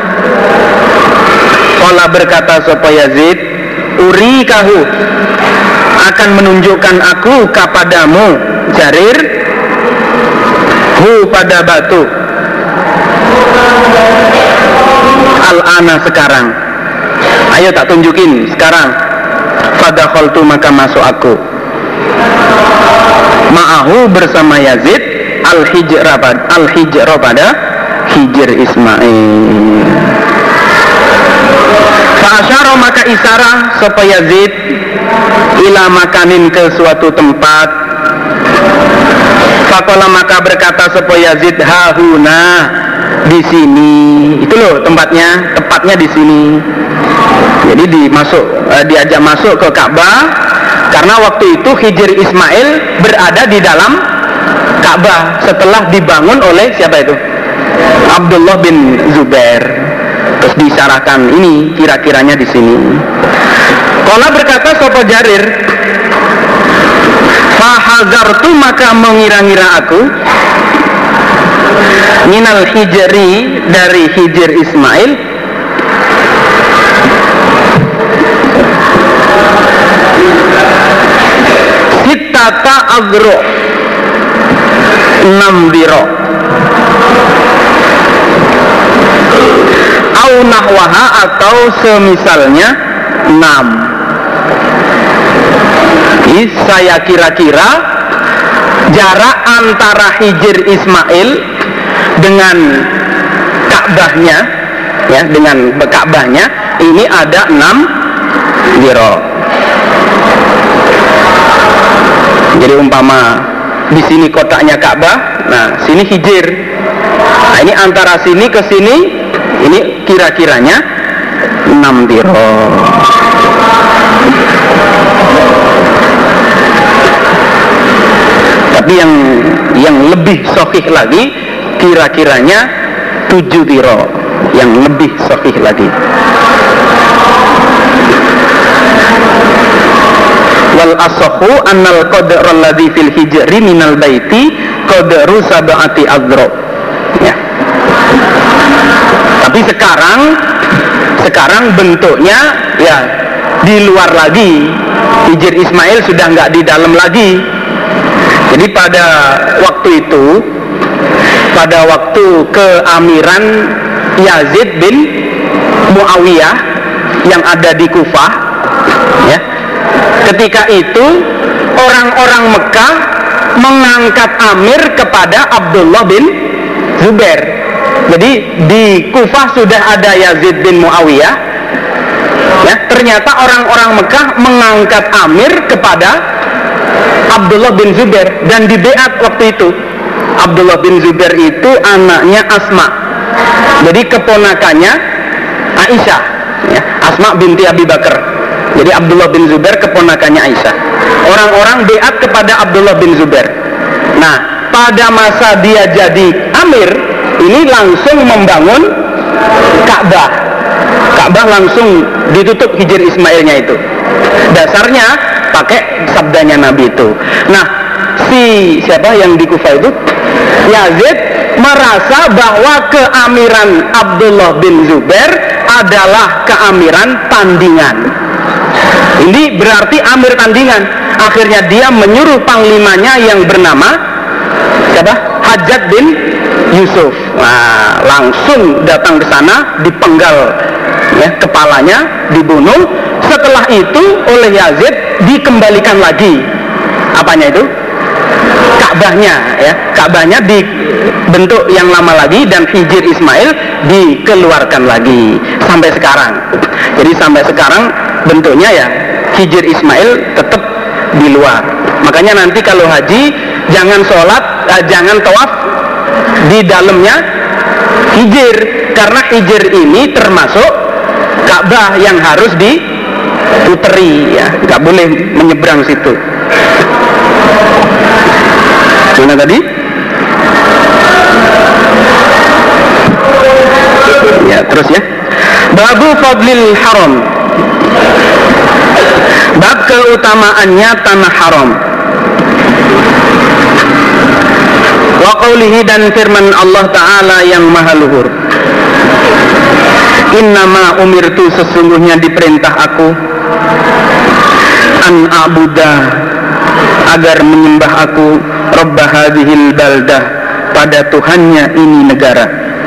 Kala berkata sapa Yazid, uri kahu akan menunjukkan aku kepadamu Jarir hu pada batu al-ana sekarang, ayo tak tunjukin sekarang. Fadakhaltu maka masuk aku ma'ahu bersama Yazid al-hijra pada Hijr Ismail. Fa'asyara maka isyarah sapa Yazid ila makanin ke suatu tempat. Faqala maka berkata sapa Yazid hahuna di sini, itu loh tepatnya di sini. Jadi diajak masuk ke Ka'bah karena waktu itu Hijr Ismail berada di dalam Ka'bah setelah dibangun oleh siapa itu? Abdullah bin Zubair. Terus disyarahkan ini kira-kiranya di sini. Qala berkata sapa Jarir, fahazartu maka mengira-ngira aku minal hijri dari Hijr Ismail sittata azro 6 diro au nahwaha atau semisalnya 6. Jadi saya kira-kira jarak antara Hijr Ismail dengan Ka'bahnya, ya, dengan Ka'bahnya ini ada 6 diro. Jadi umpama di sini kotaknya Ka'bah, nah sini Hijr. Nah ini antara sini ke sini, ini kira-kiranya 6 diro. Tapi yang lebih sahih lagi kira-kiranya 7 diro, yang lebih sahih lagi. Wal asahhu annal qadra alladhi fil hijri minal baiti qadru sab'ati azra. Ya. Tapi sekarang bentuknya ya di luar lagi. Hijr Ismail sudah nggak di dalam lagi. Jadi pada waktu itu pada waktu keamiran Yazid bin Muawiyah yang ada di Kufah, ya. Ketika itu orang-orang Mekah mengangkat amir kepada Abdullah bin Zubair. Jadi di Kufah sudah ada Yazid bin Muawiyah, ya. Ternyata orang-orang Mekah mengangkat amir kepada Abdullah bin Zubair dan di beat waktu itu. Abdullah bin Zubair itu anaknya Asma, jadi keponakannya Aisyah, ya. Asma binti Abi Bakar. Jadi Abdullah bin Zubair keponakannya Aisyah. Orang-orang beat kepada Abdullah bin Zubair. Nah, pada masa dia jadi amir, ini langsung membangun Ka'bah. Ka'bah langsung ditutup Hijr Ismailnya itu. Dasarnya pakai sabdanya Nabi itu. Nah, siapa yang di Kufah itu? Yazid merasa bahwa keamiran Abdullah bin Zubair adalah keamiran tandingan. Ini berarti amir tandingan. Akhirnya dia menyuruh panglimanya yang bernama siapa? Hajjaj bin Yusuf. Nah, langsung datang ke sana, dipenggal, ya, kepalanya, dibunuh. Setelah itu oleh Yazid dikembalikan lagi. Apanya itu? Ka'bahnya, ya. Ka'bahnya dibentuk yang lama lagi dan Hijr Ismail dikeluarkan lagi sampai sekarang. Jadi sampai sekarang bentuknya ya Hijr Ismail tetap di luar. Makanya nanti kalau haji jangan sholat, jangan tawaf di dalamnya Hijr, karena Hijr ini termasuk Ka'bah yang harus diputeri, ya, nggak boleh menyeberang situ. Mana tadi? Ya, terus ya. Babu fadlil haram. Bab keutamaannya tanah haram. Wa qawlihi, dan firman Allah Ta'ala yang maha luhur. Innama umirtu, sesungguhnya diperintah aku, an a'buda, agar menyembah aku, Rabb hadhil baldah, pada Tuhannya ini negara.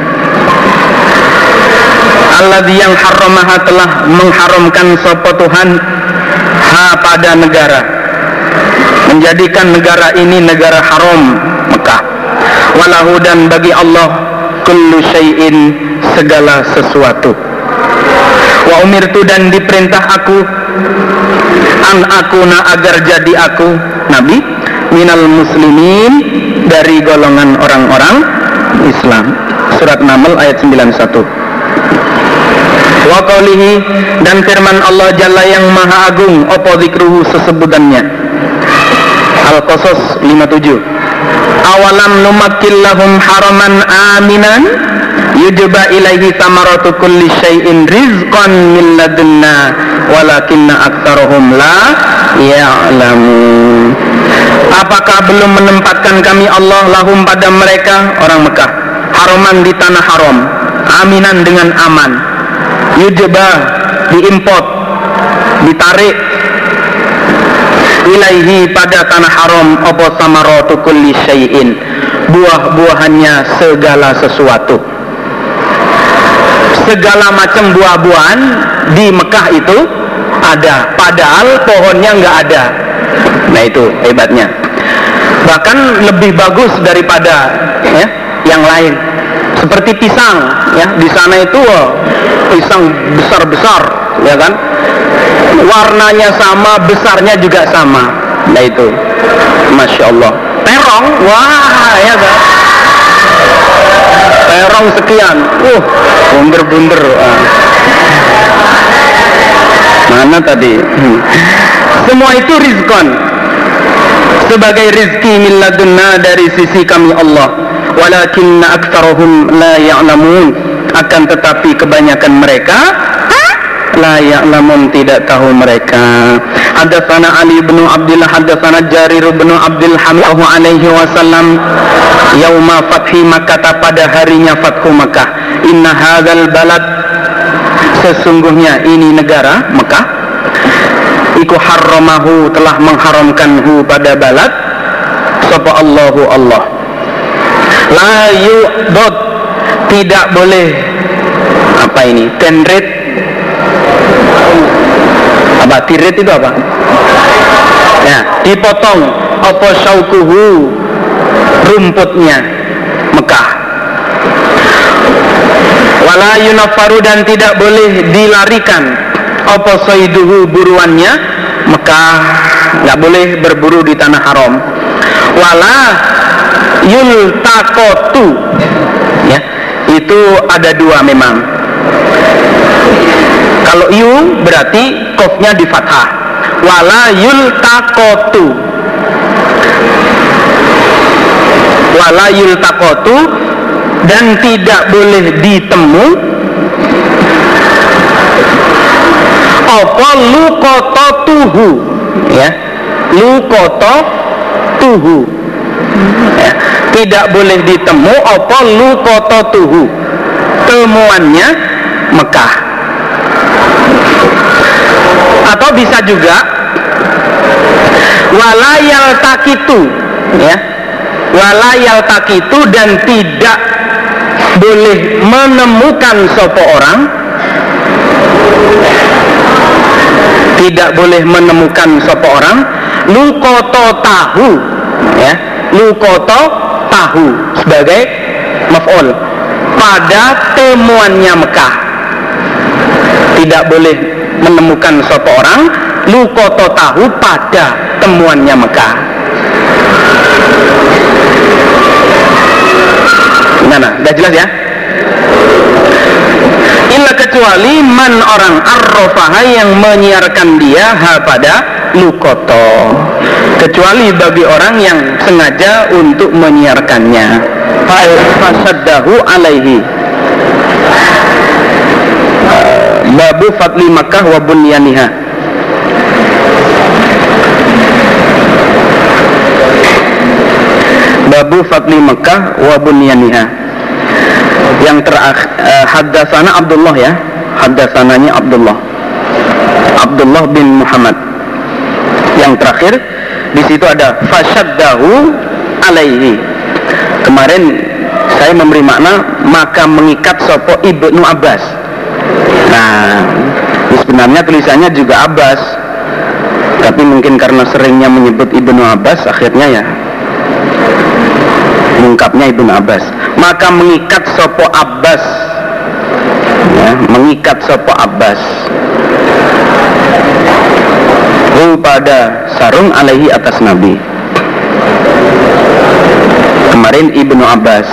Alladzi, yang haramaha, telah mengharamkan sapa Tuhan ha pada negara, menjadikan negara ini negara haram, Mekah. Walahu, dan bagi Allah, kullu syai'in, segala sesuatu. Wa umirtu, dan diperintah aku, an akuna, agar jadi aku Nabi, minal muslimin, dari golongan orang-orang Islam. Surat Naml ayat 91. Wa qawlihi, dan firman Allah Jalla yang maha agung, apa zikruhu, sesebutannya. Al-Qasas 57. Awalam numakkil lahum haraman aminan yujba ilaihi samaratu kulli syai'in rizqan min ladunna walakinna aktsarahum la ya'lamun. Apakah belum menempatkan kami Allah lahum pada mereka orang Mekah haraman, di tanah haram, aminan, dengan aman, yujba, diimport, ditarik, ilaihi, pada tanah haram, apa samaratu kulli syai'in, buah-buahannya segala sesuatu. Segala macam buah-buahan di Mekah itu ada, padahal pohonnya nggak ada. Nah, itu hebatnya. Bahkan lebih bagus daripada, ya, yang lain. Seperti pisang, ya, di sana itu pisang besar-besar, ya kan? Warnanya sama, besarnya juga sama. Nah, itu, masya Allah. Terong, wah, ya kan? Terong sekian, bunder-bunder. Mana tadi? Semua itu rizqan, sebagai rizki min ladunna, dari sisi kami Allah. Walakinna aktsarahum la ya'lamun, akan tetapi kebanyakan mereka la ya'lamun, tidak tahu mereka. Hadatsana Ali bin Abdullah, hadatsana Jarir bin Abdul Hamid alaihi wasallam, yauma fathi Makkah, pada harinya Fathu Makkah. Inna hadzal balad, sesungguhnya ini negara Mekah, iku harramahu, telah mengharamkanhu pada balad sapa Allahu Allah. La yu'dad, tidak boleh apa ini? Tenrit. Apa tirit itu apa? Ya, dipotong apa syaukuhu, rumputnya Mekah. Wala yunafaru, dan tidak boleh dilarikan apa saiduhu, buruannya Mekah, nggak boleh berburu di tanah haram. Wala yultaqatu, ya, itu ada dua memang. Kalau yu berarti qafnya di fathah. Wala yultaqatu, wala yultaqatu, dan tidak boleh ditemu apa luqatatuhu, ya, luqatatuhu, ya, tidak boleh ditemu apa luqatatuhu, temuannya Mekah. Atau bisa juga walayal takitu, ya, walayal takitu, dan tidak boleh menemukan sopo orang, tidak boleh menemukan sopo orang lukoto tahu, ya, lukoto tahu sebagai maf'ul, pada temuannya Mekah. Tidak boleh menemukan sopo orang lukoto tahu pada temuannya Mekah. Gimana? Udah jelas ya? Illa, kecuali man, orang arrofaha, yang menyiarkan dia ha pada lukoto, kecuali bagi orang yang sengaja untuk menyiarkannya. Fasaddahu alaihi. Babu fadli Makkah wa bunyaniha. Babu fadli Makkah wa bunyaniha. Yang terakhir haddatsana Abdullah, ya, haddatsananya Abdullah bin Muhammad. Yang terakhir di situ ada fasyaddahu alaihi. Kemarin saya memberi makna maka mengikat sopo Ibnu Abbas. Nah, sebenarnya tulisannya juga Abbas, tapi mungkin karena seringnya menyebut Ibnu Abbas, akhirnya ya mengungkapnya Ibnu Abbas. Maka mengikat sopo Abbas, ya, mengikat sopo Abbas pada sarung alaihi, atas Nabi. Kemarin Ibnu Abbas.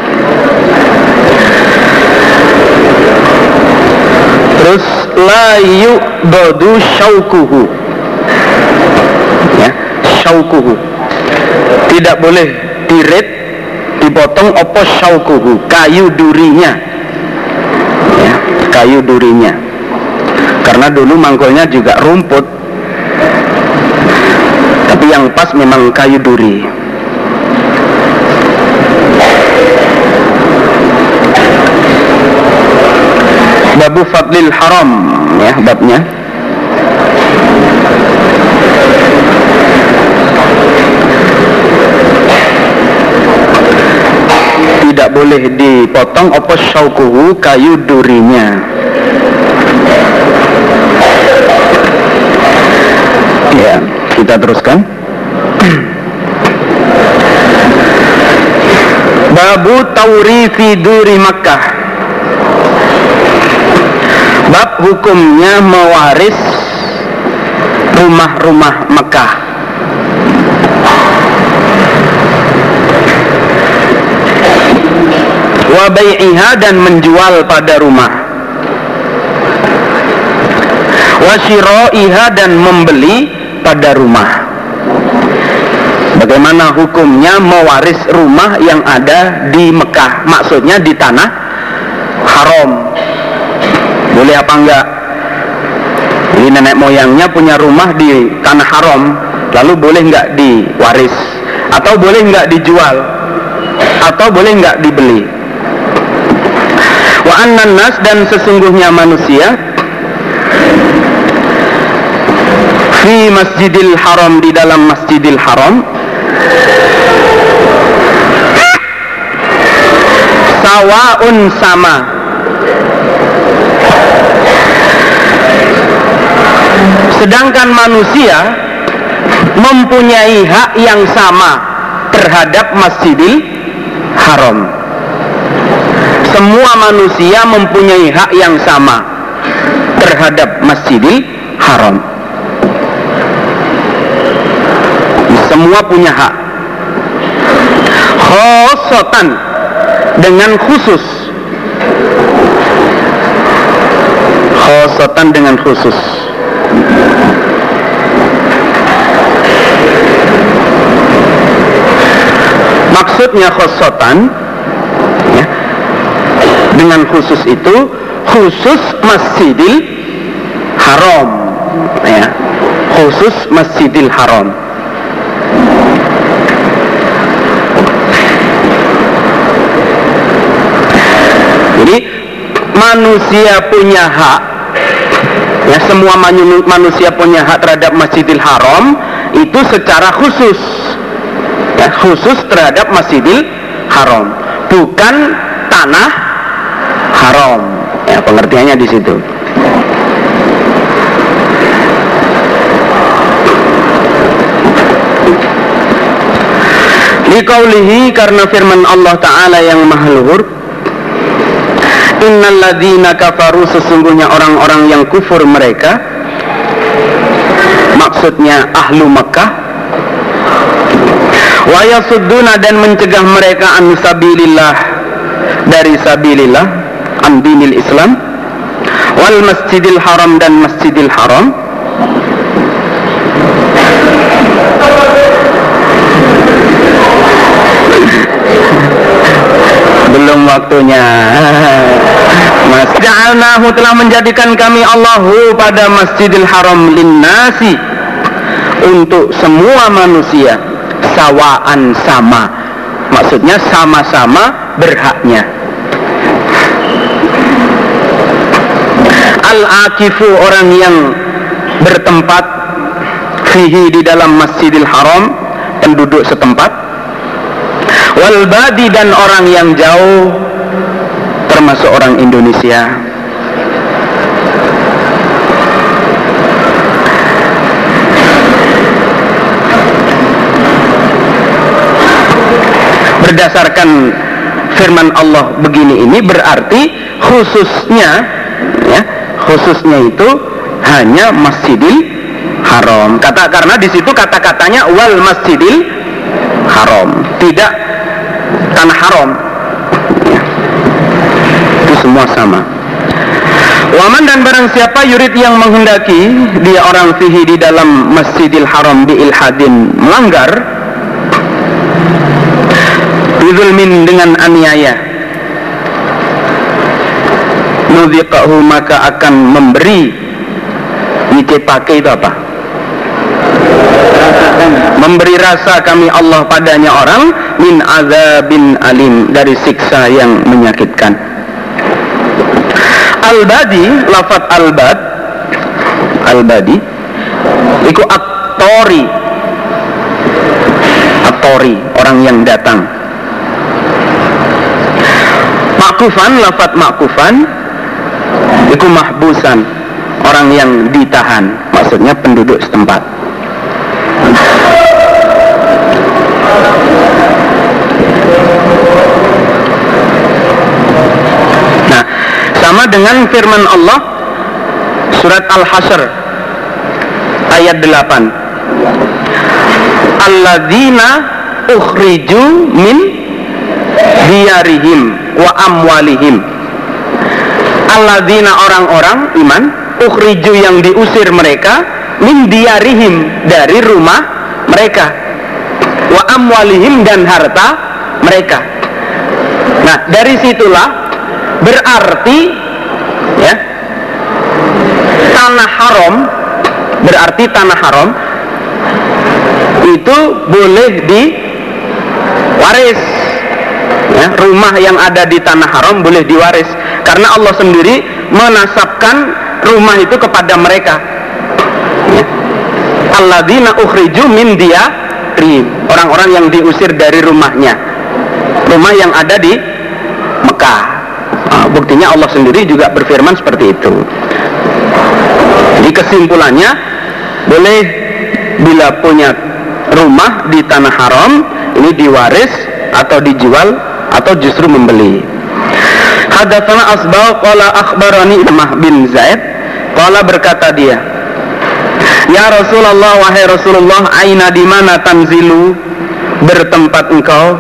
Terus la yu'dadu syaukuhu, ya, syaukuhu, tidak boleh dirit, dipotong opo syaukuhu, kayu durinya, ya, kayu durinya, karena dulu mangkulnya juga rumput, tapi yang pas memang kayu duri. Babu fadlil haram, ya, babnya. Tidak boleh dipotong apa syaukuhu, kayu durinya. Ya, kita teruskan. Babu taurifi duri Makkah. Bab hukumnya mewaris rumah-rumah Mekah. Wa bai'iha, dan menjual pada rumah. Wa syira'iha, dan membeli pada rumah. Bagaimana hukumnya mewaris rumah yang ada di Mekah? Maksudnya di tanah haram. Boleh apa enggak? Jadi nenek moyangnya punya rumah di tanah haram, lalu boleh enggak diwaris? Atau boleh enggak dijual? Atau boleh enggak dibeli? Wa annan nas, dan sesungguhnya manusia, fi masjidil haram, di dalam masjidil haram, sawaun sama. Sedangkan manusia mempunyai hak yang sama terhadap Masjidil Haram. Semua manusia mempunyai hak yang sama terhadap Masjidil Haram. Semua punya hak. Khosotan, dengan khusus. Khosotan dengan khusus. Maksudnya khosotan, ya, dengan khusus itu khusus Masjidil Haram, ya, khusus Masjidil Haram. Jadi manusia punya hak, ya, semua manusia punya hak terhadap Masjidil Haram itu secara khusus, ya, khusus terhadap Masjidil Haram, bukan tanah haram, ya, pengertiannya di situ. Liqaulihi, karena firman Allah Ta'ala yang maha luhur, innal ladzina kafaru, sesungguhnya orang-orang yang kufur mereka, maksudnya ahlu Makkah, wa yasudduna, dan mencegah mereka an sabilillah, dari sabilillah, an dinil Islam, wal masjidil haram, dan masjidil haram, belum waktunya. Mas ja'alnahu, telah menjadikan kami Allahu pada Masjidil Haram linnasi, untuk semua manusia, sawaan, sama, maksudnya sama-sama berhaknya. Al-akifu, orang yang bertempat, fihi, di dalam Masjidil Haram, penduduk setempat, wal badi, dan orang yang jauh, termasuk orang Indonesia. Berdasarkan firman Allah begini, ini berarti khususnya, ya, khususnya itu hanya Masjidil Haram. Karena di situ kata-katanya wal Masjidil Haram, tidak tanah haram, ya. Itu semua sama. Waman, dan barang siapa yurid, yang menghendaki, dia orang fihi, di dalam Masjidil Haram, bi ilhadin, melanggar, bizulmin, dengan aniaya, nudziqahu, maka akan memberi, pakai itu apa? Memberi rasa kami Allah padanya orang, min azabin alim, dari siksa yang menyakitkan. Al-badi, lafaz al-bad, al-badi iku at-tori, at-tori, orang yang datang. Ma'kufan, lafaz ma'kufan iku mahbusan, orang yang ditahan, maksudnya penduduk setempat. Nah, sama dengan firman Allah surat Al-Hasyr ayat 8, alladzina ukhriju min diyarihim wa amwalihim. Alladzina, orang-orang iman, ukhriju, yang diusir mereka, min diyarihim, dari rumah mereka, wa amwalihim, dan harta mereka. Nah, dari situlah berarti, ya, tanah haram, berarti tanah haram itu boleh diwaris, ya, rumah yang ada di tanah haram boleh diwaris, karena Allah sendiri menasabkan rumah itu kepada mereka, ya. Alladzina ukhriju min diyarihim, orang-orang yang diusir dari rumahnya, rumah yang ada di Mekah. Buktinya Allah sendiri juga berfirman seperti itu. Jadi kesimpulannya, boleh bila punya rumah di tanah haram ini diwaris atau dijual atau justru membeli. Hadatsana Asbal qala akhbarani Imah bin Zaid qala, berkata dia, ya Rasulullah, wahai Rasulullah, aina di mana tanzilu, bertempat engkau,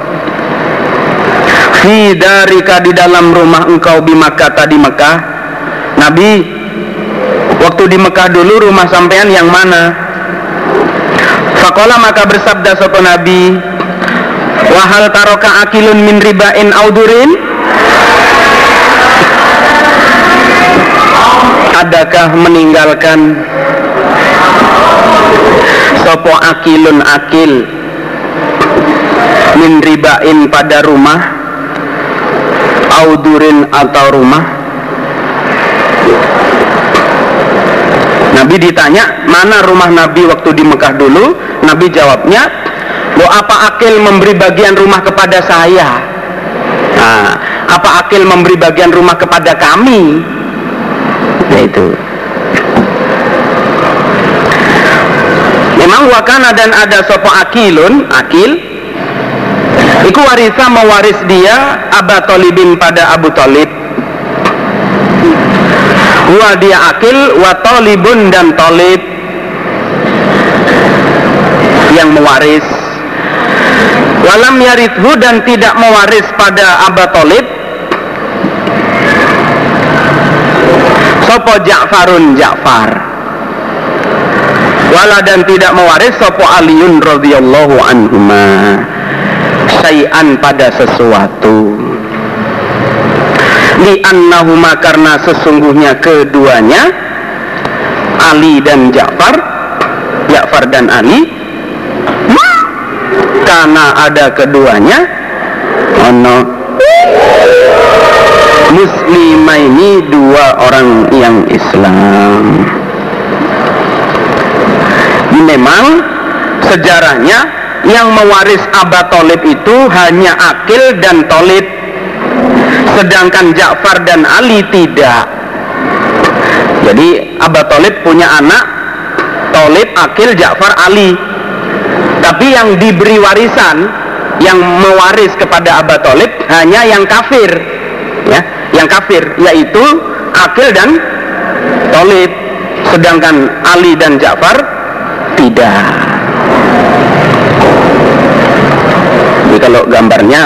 fi darika, di dalam rumah engkau, bi Makkah, di Mekah. Nabi, waktu di Mekah dulu rumah sampean yang mana? Faqala, maka bersabda sapa Nabi, wahal taroka akilun min ribain audurin, adakah meninggalkan sopo akilun akil min ribain pada rumah, audurin atau rumah. Nabi ditanya mana rumah Nabi waktu di Mekah dulu. Nabi jawabnya, apa akil memberi bagian rumah kepada saya? Nah, apa akil memberi bagian rumah kepada kami? Yaitu memang wakana, dan ada sopo akilun, akil iku warisa, mewaris dia Aba Thalibin pada Abu Thalib. Wa dia akil, wa Thalibun, dan Thalib yang mewaris. Walam yarithu, dan tidak mewaris pada Aba Thalib sopo Ja'farun, Ja'far. Wala, dan tidak mewaris sopo Aliun radhiyallahu anhuma syai'an, pada sesuatu. Li'annahuma, karena sesungguhnya keduanya, Ali dan Ja'far, Ja'far dan Ali, karena ada keduanya ono muslimaini, dua orang yang Islam. Memang sejarahnya yang mewaris Aba Thalib itu hanya Akil dan Thalib, sedangkan Ja'far dan Ali tidak. Jadi Aba Thalib punya anak Thalib, Akil, Ja'far, Ali. Tapi yang diberi warisan, yang mewaris kepada Aba Thalib hanya yang kafir, ya, yang kafir, yaitu Akil dan Thalib, sedangkan Ali dan Ja'far tidak. Jadi kalau gambarnya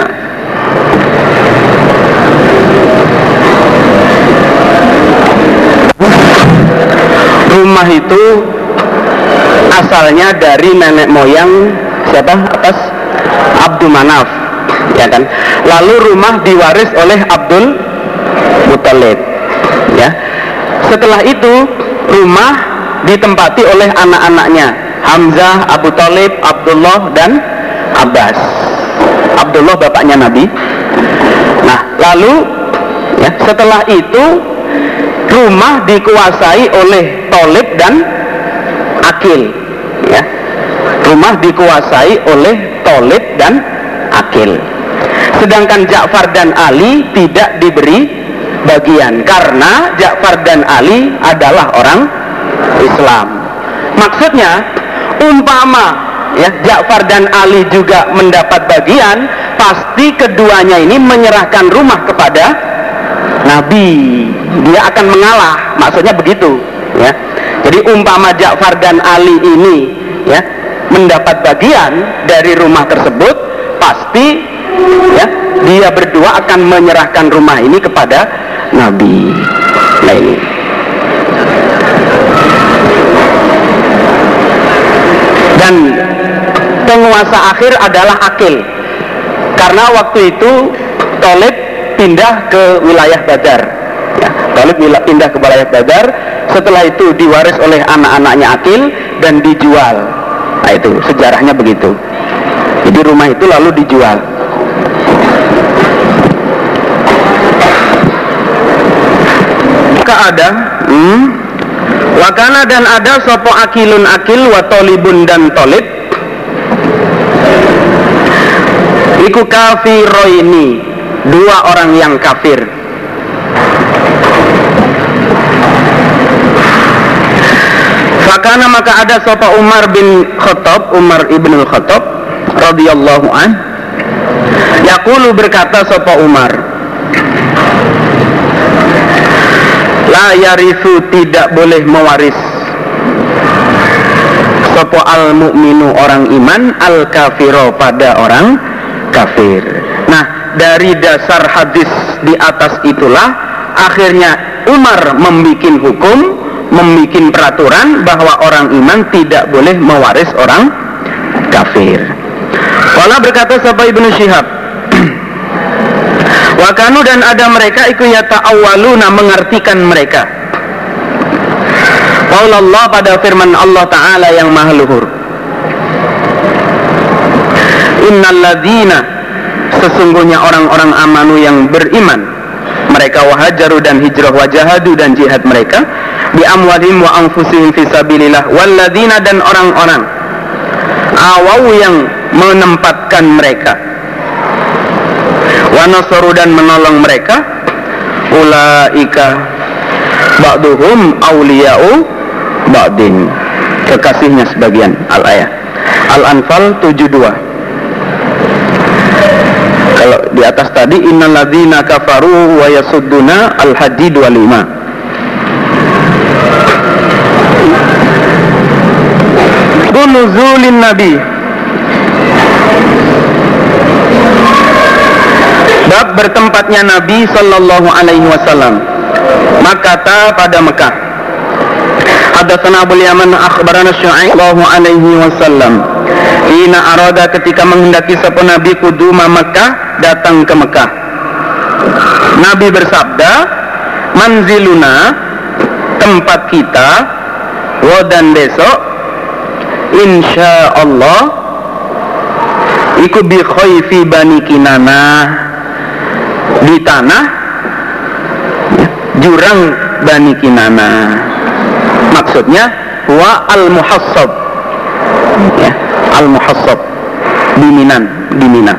rumah itu asalnya dari nenek moyang siapa? Atas Abdul Manaf, ya kan? Lalu rumah diwaris oleh Abdul Muthalib, ya. Setelah itu rumah ditempati oleh anak-anaknya, Hamzah, Abu Thalib, Abdullah, dan Abbas. Abdullah bapaknya Nabi. Nah, lalu ya, setelah itu rumah dikuasai oleh Thalib dan Akil, ya. Rumah dikuasai oleh Thalib dan Akil. Sedangkan Ja'far dan Ali tidak diberi bagian karena Ja'far dan Ali adalah orang Islam. Maksudnya umpama ya Ja'far dan Ali juga mendapat bagian, pasti keduanya ini menyerahkan rumah kepada Nabi. Dia akan mengalah, maksudnya begitu, ya. Jadi umpama Ja'far dan Ali ini ya mendapat bagian dari rumah tersebut, pasti ya dia berdua akan menyerahkan rumah ini kepada Nabi. Nah ini. Dan penguasa akhir adalah Akil, karena waktu itu Thalib pindah ke wilayah Badar, ya, Thalib pindah ke wilayah Badar. Setelah itu diwaris oleh anak-anaknya Akil dan dijual. Nah itu sejarahnya begitu. Jadi rumah itu lalu dijual. Maka ada wakana, dan ada sopo Akilun Akil, wa Thalibun, dan Thalib iku kafiroini, dua orang yang kafir. Fakana maka ada sapa Umar bin Khattab, Umar ibn Khattab radhiyallahu an, yaqulu berkata sapa Umar, la yarisu tidak boleh mewaris sapa al mukminu orang iman al kafiro pada orang kafir. Nah, dari dasar hadis di atas itulah akhirnya Umar membikin hukum, membikin peraturan bahwa orang iman tidak boleh mewaris orang kafir. Wala berkata sapa Ibnu Syihab, wa kanu dan ada mereka iku yata'awwaluna mengartikan mereka qaulullah pada firman Allah Ta'ala yang maha luhur, innal ladzina sesungguhnya orang-orang amanu yang beriman mereka wahajaru dan hijrah, wajahadu dan jihad mereka bi amwalihim wa anfusihim fisabilillah, walladzina dan orang-orang awau yang menempatkan mereka, wa nasaru dan menolong mereka, ulaika ba'duhum awliya'u ba'din, kekasihnya sebagian. Al-ayat Al-Anfal 72. Kalau di atas tadi innalladzina kafaru wa yasudduna Al-Hadid 25. Nuzulin Nabi, bab bertempatnya Nabi sallallahu alaihi wasallam Makkah pada Mekah. Hadatsana Abu Yaman akhbarana Syu'aib sallallahu alaihi wasallam ina arada ketika menghendaki sapa Nabi kuduma Mekah datang ke Mekah. Nabi bersabda, manziluna tempat kita, wadan besok insyaallah iku bi khayfi Bani Kinanah, di tanah jurang Bani Kinanah, maksudnya wa al-muhassab ya, al-muhassab di Mina.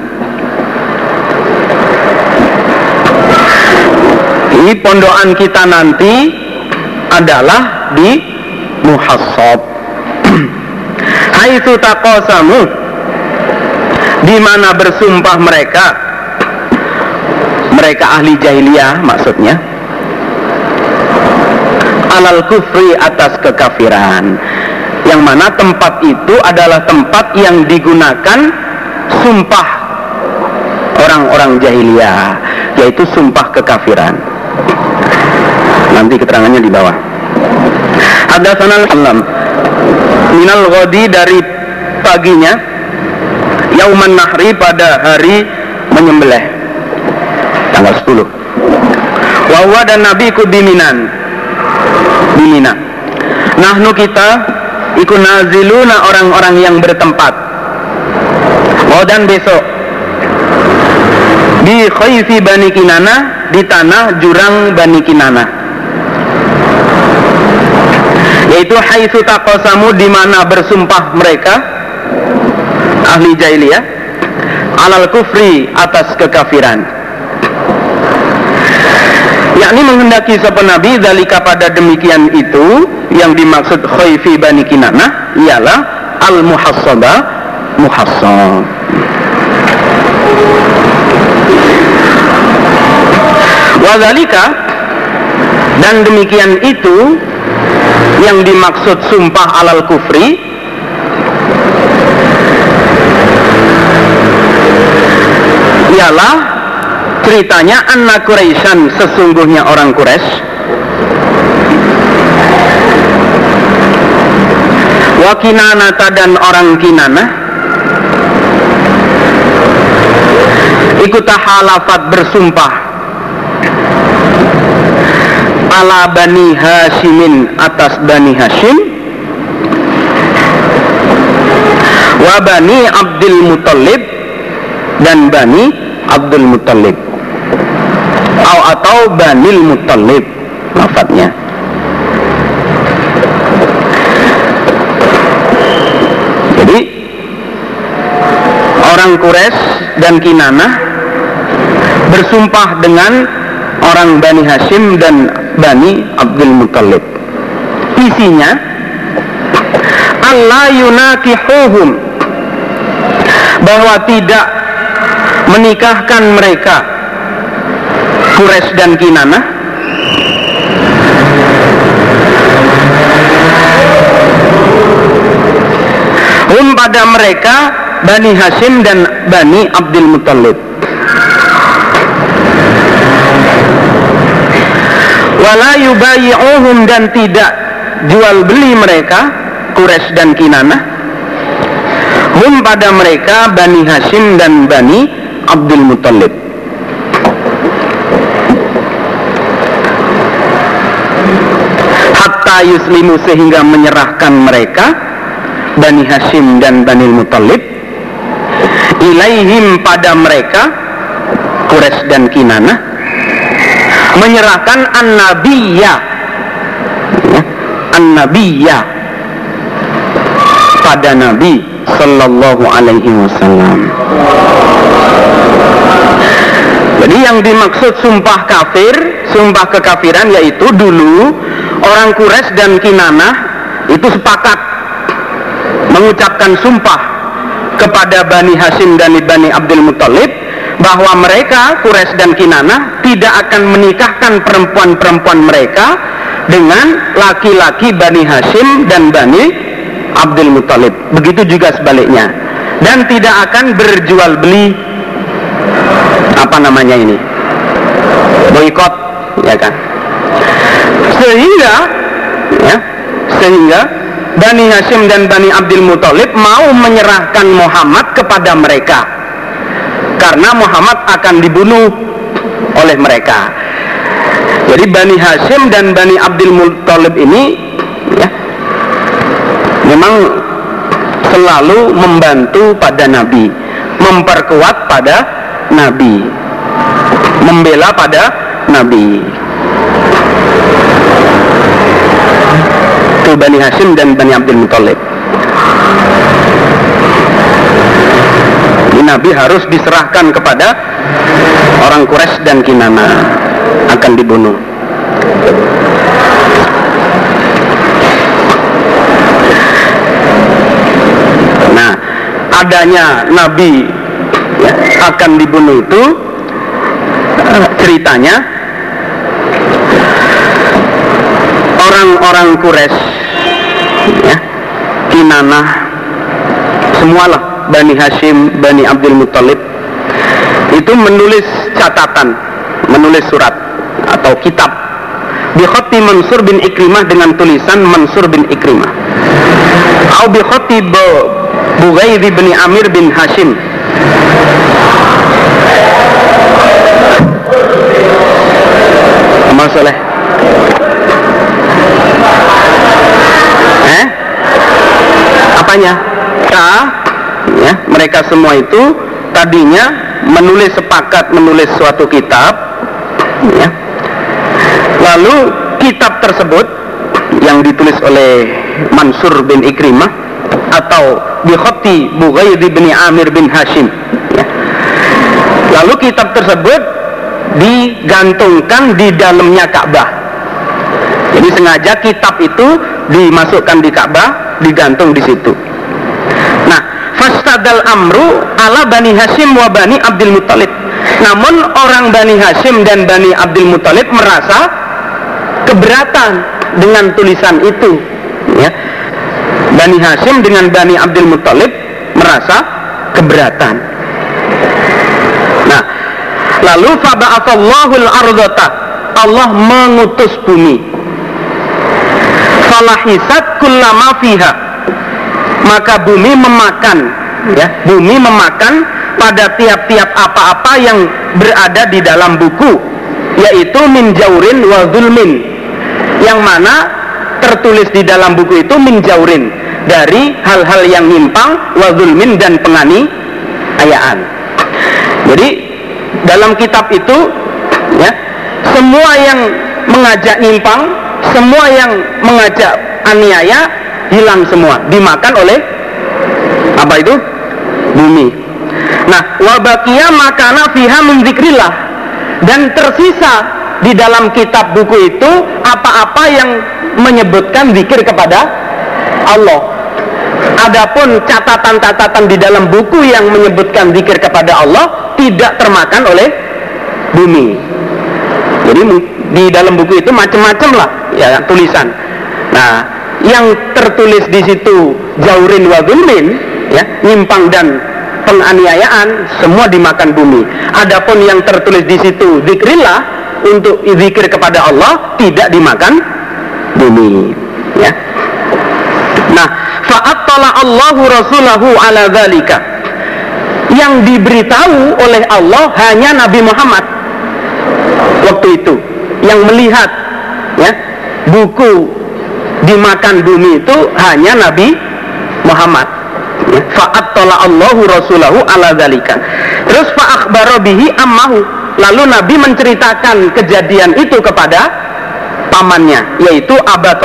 Ini pondokan kita nanti adalah di Muhassab. Haitsu taqasamu, di mana bersumpah mereka ahli jahiliyah maksudnya, alal kufri atas kekafiran, yang mana tempat itu adalah tempat yang digunakan sumpah orang-orang jahiliyah, yaitu sumpah kekafiran. Nanti keterangannya di bawah. Hadatsana al-Alam minal ghadi, dari paginya, yauman nahri pada hari menyembelih tanggal 10. Wa huwa dan Nabi iku biminan, di Mina. Nahnu kita iku naziluna orang-orang yang bertempat. Dan besok di khayfi Bani Kinanah, di tanah jurang Bani Kinanah, yaitu haitsu taqasamu, di mana bersumpah mereka ahli jahiliyah alal kufri atas kekafiran, yakni menghendaki sapa Nabi zalika pada demikian itu. Yang dimaksud khayfi Bani Kinanah ialah al-muhassaba, muhassab. Wadzalika, dan demikian itu yang dimaksud sumpah alal kufri ialah ceritanya anna Quraisyan, sesungguhnya orang Quraisy, wa Kinanata dan orang Kinanah, ikut tahalafat bersumpah ala Bani Hashimin atas Bani Hashim, wa Bani Abdul Muttalib dan Bani Abdul Muttalib, atau Banil Muttalib lafadznya. Jadi orang Quraisy dan Kinanah bersumpah dengan orang Bani Hashim dan Bani Abdul Muttalib. Isinya Allah yunakihuhum, bahwa tidak menikahkan mereka Quraisy dan Kinanah pada mereka Bani Hashim dan Bani Abdul Muttalib. Wala yubayi'uhum, dan tidak jual beli mereka Quraisy dan Kinanah pada mereka Bani Hashim dan Bani Abdul Muttalib. Hatta yuslimu, sehingga menyerahkan mereka Bani Hashim dan Bani Muttalib ilaihim, pada mereka Quraisy dan Kinanah, menyerahkan an-nabiyya, an-nabiyya, pada Nabi sallallahu alaihi wasallam. Jadi yang dimaksud sumpah kafir, sumpah kekafiran, yaitu dulu orang Quraisy dan Kinanah itu sepakat mengucapkan sumpah kepada Bani Hashim dan Bani Abdul Muttalib bahwa mereka Quraisy dan Kinanah tidak akan menikahkan perempuan-perempuan mereka dengan laki-laki Bani Hashim dan Bani Abdul Muttalib. Begitu juga sebaliknya, dan tidak akan berjual beli boikot, ya kan? Sehingga Bani Hashim dan Bani Abdul Muttalib mau menyerahkan Muhammad kepada mereka, karena Muhammad akan dibunuh oleh mereka. Jadi Bani Hashim dan Bani Abdul Muttalib ini memang selalu membantu pada Nabi, memperkuat pada Nabi, membela pada Nabi. Itu Bani Hashim dan Bani Abdul Muttalib. Nabi harus diserahkan kepada orang Quraisy dan Kinanah, akan dibunuh. Nah, adanya Nabi akan dibunuh itu ceritanya orang-orang Quraisy, Kinanah, semualah, Bani Hashim, Bani Abdul Muttalib itu menulis catatan, menulis surat atau kitab bi khatti Mansur bin Ikrimah, dengan tulisan Mansur bin Ikrimah, atau bi khatti Bughaidh bin Amir bin Hashim, masalah apanya? Mereka semua itu tadinya sepakat menulis suatu kitab, lalu kitab tersebut yang ditulis oleh Mansur bin Ikrimah atau bi khatti Bughaidh bin Amir bin Hashim, lalu kitab tersebut digantungkan di dalamnya Ka'bah. Jadi sengaja kitab itu dimasukkan di Ka'bah, digantung di situ. Nah, fastadal amru ala Bani Hashim wa Bani Abdul Muttalib. Namun orang Bani Hashim dan Bani Abdul Muttalib merasa keberatan dengan tulisan itu, Bani Hashim dengan Bani Abdul Muttalib merasa keberatan. Nah, lalu faba'athallahul ardata, Allah mengutus bumi, falahisat kullama fiha, maka bumi memakan pada tiap-tiap apa-apa yang berada di dalam buku, yaitu min jaurin wa zulmin, yang mana tertulis di dalam buku itu min jaurin, dari hal-hal yang nyimpang, wa zulmin, dan penganiayaan. Jadi dalam kitab itu semua yang mengajak nyimpang, semua yang mengajak aniaya hilang semua, dimakan oleh apa itu? Bumi. Nah, wa baqiya makana fiha min dzikrillah, dan tersisa di dalam kitab buku itu apa-apa yang menyebutkan zikir kepada Allah. Adapun catatan-catatan di dalam buku yang menyebutkan zikir kepada Allah tidak termakan oleh bumi. Jadi di dalam buku itu macam-macam lah ya tulisan. Nah, yang tertulis di situ jaurin wa zulmin, ya, nyimpang dan penganiayaan, semua dimakan bumi. Adapun yang tertulis di situ zikrillah, untuk zikir kepada Allah, tidak dimakan bumi, ya. Nah, fa'attala Allahu rasulahu ala dzalika. Yang diberitahu oleh Allah hanya Nabi Muhammad waktu itu, yang melihat, ya, buku dimakan bumi itu hanya Nabi Muhammad. Fa'attala Allahu rasulahu ala dzalika. Terus fa'akhbara bihi ammahu. Lalu Nabi menceritakan kejadian itu kepada pamannya, yaitu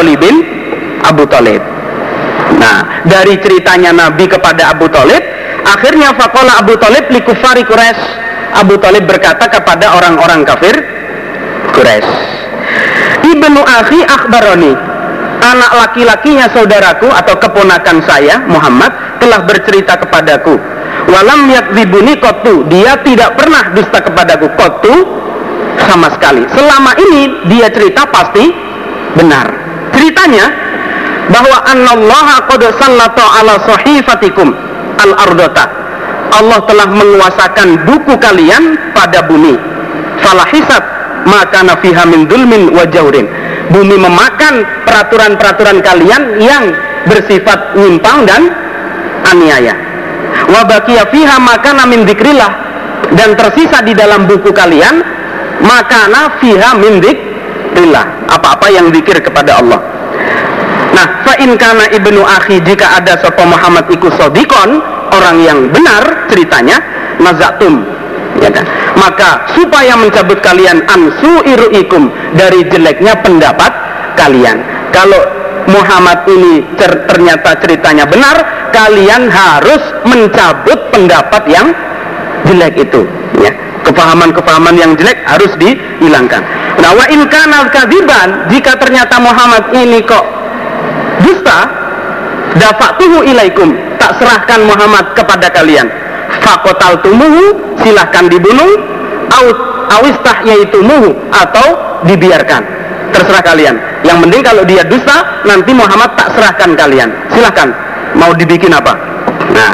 Abu Thalib. Nah, dari ceritanya Nabi kepada Abu Thalib, akhirnya faqala Abu Thalib li kuffari Quraisy. Abu Thalib berkata kepada orang-orang kafir Quraisy, Ibnu akhi akhbaroni, anak laki-lakinya saudaraku atau keponakan saya Muhammad telah bercerita kepadaku, walam yakdzibuni qattu, dia tidak pernah dusta kepadaku, qattu, sama sekali. Selama ini dia cerita pasti benar. Ceritanya bahwa annallaha qad sallata ala sahifatikum al-ardata, Allah telah menguasakan buku kalian pada bumi. Falahisat maka nafiha min dzulmin wa jaurin, bumi memakan peraturan-peraturan kalian yang bersifat nyimpang dan aniaya. Wa baqiya fiha makana min dzikrillah, dan tersisa di dalam buku kalian makana fiha min dzikrillah, apa-apa yang zikir kepada Allah. Nah, fa in kana ibnu akhi, jika ada sapa Muhammad iku sadiqon, orang yang benar ceritanya, nazatum, ya kan, maka supaya mencabut kalian ansu iruikum, dari jeleknya pendapat kalian. Kalau Muhammad ini ternyata ceritanya benar, kalian harus mencabut pendapat yang jelek itu, ya. Kefahaman-kefahaman yang jelek harus dihilangkan. Nah, wa in kana kadziban, jika ternyata Muhammad ini kok dusta, dafa'tuhu ilaikum, tak serahkan Muhammad kepada kalian. Faqataltumuhu, silahkan dibunuh, awistahyaitumuhu, atau dibiarkan, terserah kalian. Yang penting kalau dia dusta, nanti Muhammad tak serahkan kalian, silahkan mau dibikin apa. Nah,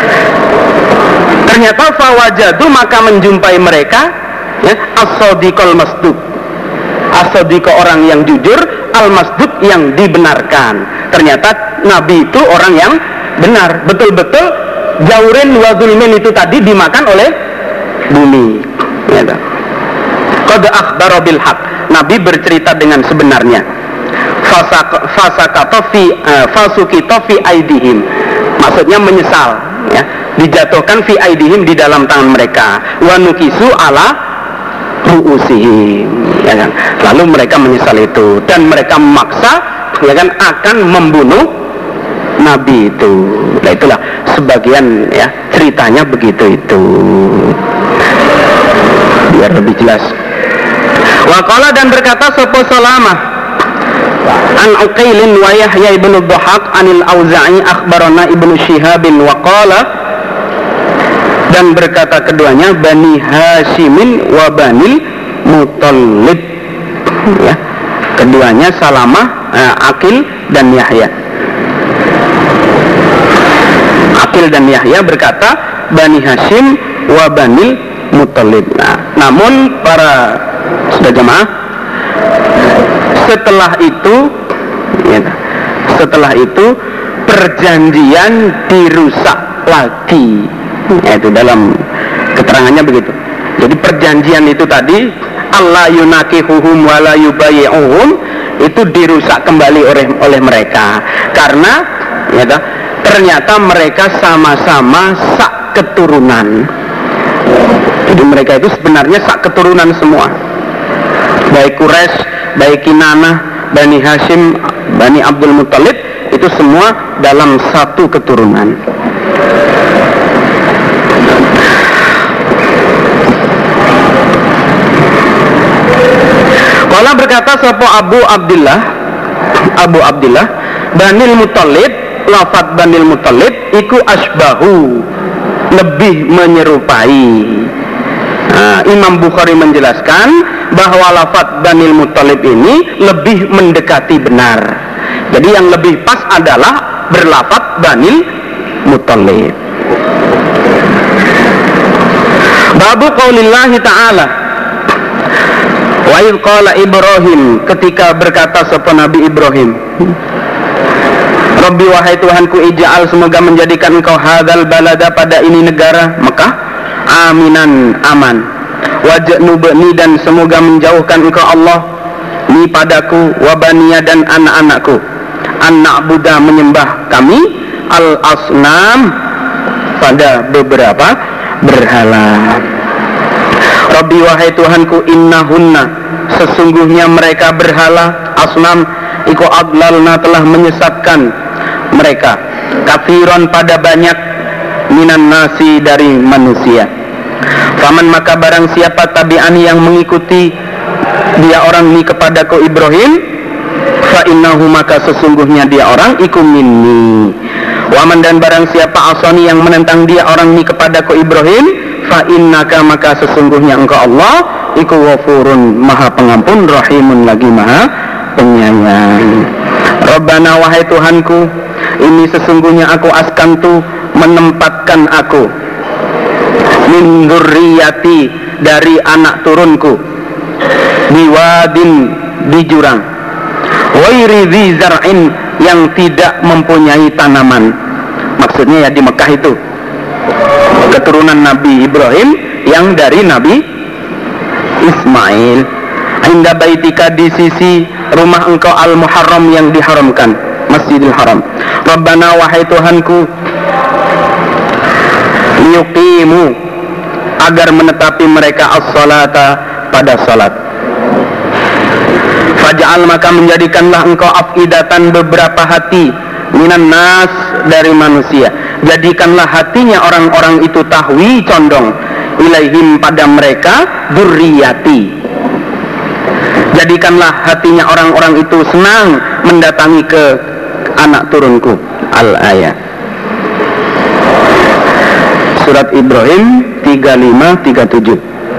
ternyata fawajadu, maka menjumpai mereka, ya, as-sadiqal masduq, as-sadiq orang yang jujur, al-masduq yang dibenarkan. Ternyata Nabi itu orang yang benar, betul-betul jaurin wa zulmin itu tadi dimakan oleh bumi, ya. Qad akhbara bil haq, Nabi bercerita dengan sebenarnya. Fasukita fi aidihim, maksudnya menyesal, ya, dijatuhkan fi aidihim, di dalam tangan mereka, wa nukisu ala ru'usihim, ya kan. Lalu mereka menyesal itu, dan mereka memaksa, ya kan, akan membunuh Nabi itu. Nah, itulah sebagian, ya, ceritanya begitu itu, biar lebih jelas. Waqala, dan berkata sapa Salamah an Uqailin wa Yahya ibn Dhahak anil Auza'i akhbarana ibnu Syihabin waqala, dan berkata keduanya Bani Hashimin wa Banil Muttalib, ya, keduanya Salamah, Aqil dan Yahya. Aqil dan Yahya berkata Bani Hashim wa Banil Muttalib. Nah, namun para sudah jamaah, setelah itu perjanjian dirusak lagi, yaitu dalam keterangannya begitu. Jadi perjanjian itu tadi, Allah yunakihuhum wa la yubayi'uhum, itu dirusak kembali oleh mereka, karena, ya, ternyata mereka sama-sama sak keturunan. Jadi mereka itu sebenarnya sak keturunan semua, baik Quraisy, baik Kinanah, Bani Hashim, Bani Abdul Muttalib, itu semua dalam satu keturunan. Qala berkata sapa Abu Abdillah Banil Muthalib, lafaz Banil Muthalib iku asbahu, lebih menyerupai. Nah, Imam Bukhari menjelaskan bahwa lafaz Banil Muthalib ini lebih mendekati benar. Jadi yang lebih pas adalah berlafaz Banil Muthalib. Babu qaulillahi ta'ala, wa idh qala Ibrahim, ketika berkata sapa Nabi Ibrahim, Rabbi wahai Tuhanku, ij'al, semoga menjadikan engkau hadzal balada, pada ini negara Mekah, aminan, aman, waj'nubni, dan semoga menjauhkan engkau Allah ni padaku, wabaniya, dan anak-anakku, an-na'buda, menyembah kami, al-asnam, pada beberapa berhala. Rabbi wahai Tuhanku, innahunna, sesungguhnya mereka berhala, asnam iku adlalna, telah menyesatkan mereka, kafiron, pada banyak, minan nasi, dari manusia. Faman, maka barang siapa, tabi'ani, yang mengikuti dia orang ini kepadaku Ibrahim, fa innahu, maka sesungguhnya dia orang, iku minni. Waman, dan barang siapa asani, yang menentang dia orang ini kepadaku Ibrahim, fa innaka, maka sesungguhnya engkau Allah, iku ghafurun, maha pengampun, rahimun, lagi maha penyayang. Rabbana wahai Tuhanku, ini sesungguhnya aku askantu, menempatkan aku, min dzurriyyati, dari anak turunku, biwadin, di jurang, wairi dzi zar'in, yang tidak mempunyai tanaman. Maksudnya ya di Mekah itu keturunan Nabi Ibrahim yang dari Nabi Ismail. Inda baitika, di sisi rumah engkau, al-muharram, yang diharamkan, Masjidil Haram. Rabbana wahai Tuhanku, liyuqimu, agar menetapi mereka as-salata, pada salat. Faj'al, maka menjadikanlah engkau afidatan, beberapa hati, minan nas, dari manusia. Jadikanlah hatinya orang-orang itu tahwi, condong, ilaihim, pada mereka, dzurriyyati. Jadikanlah hatinya orang-orang itu senang mendatangi ke anak turunku. Al-ayat. Surat Ibrahim 35-37.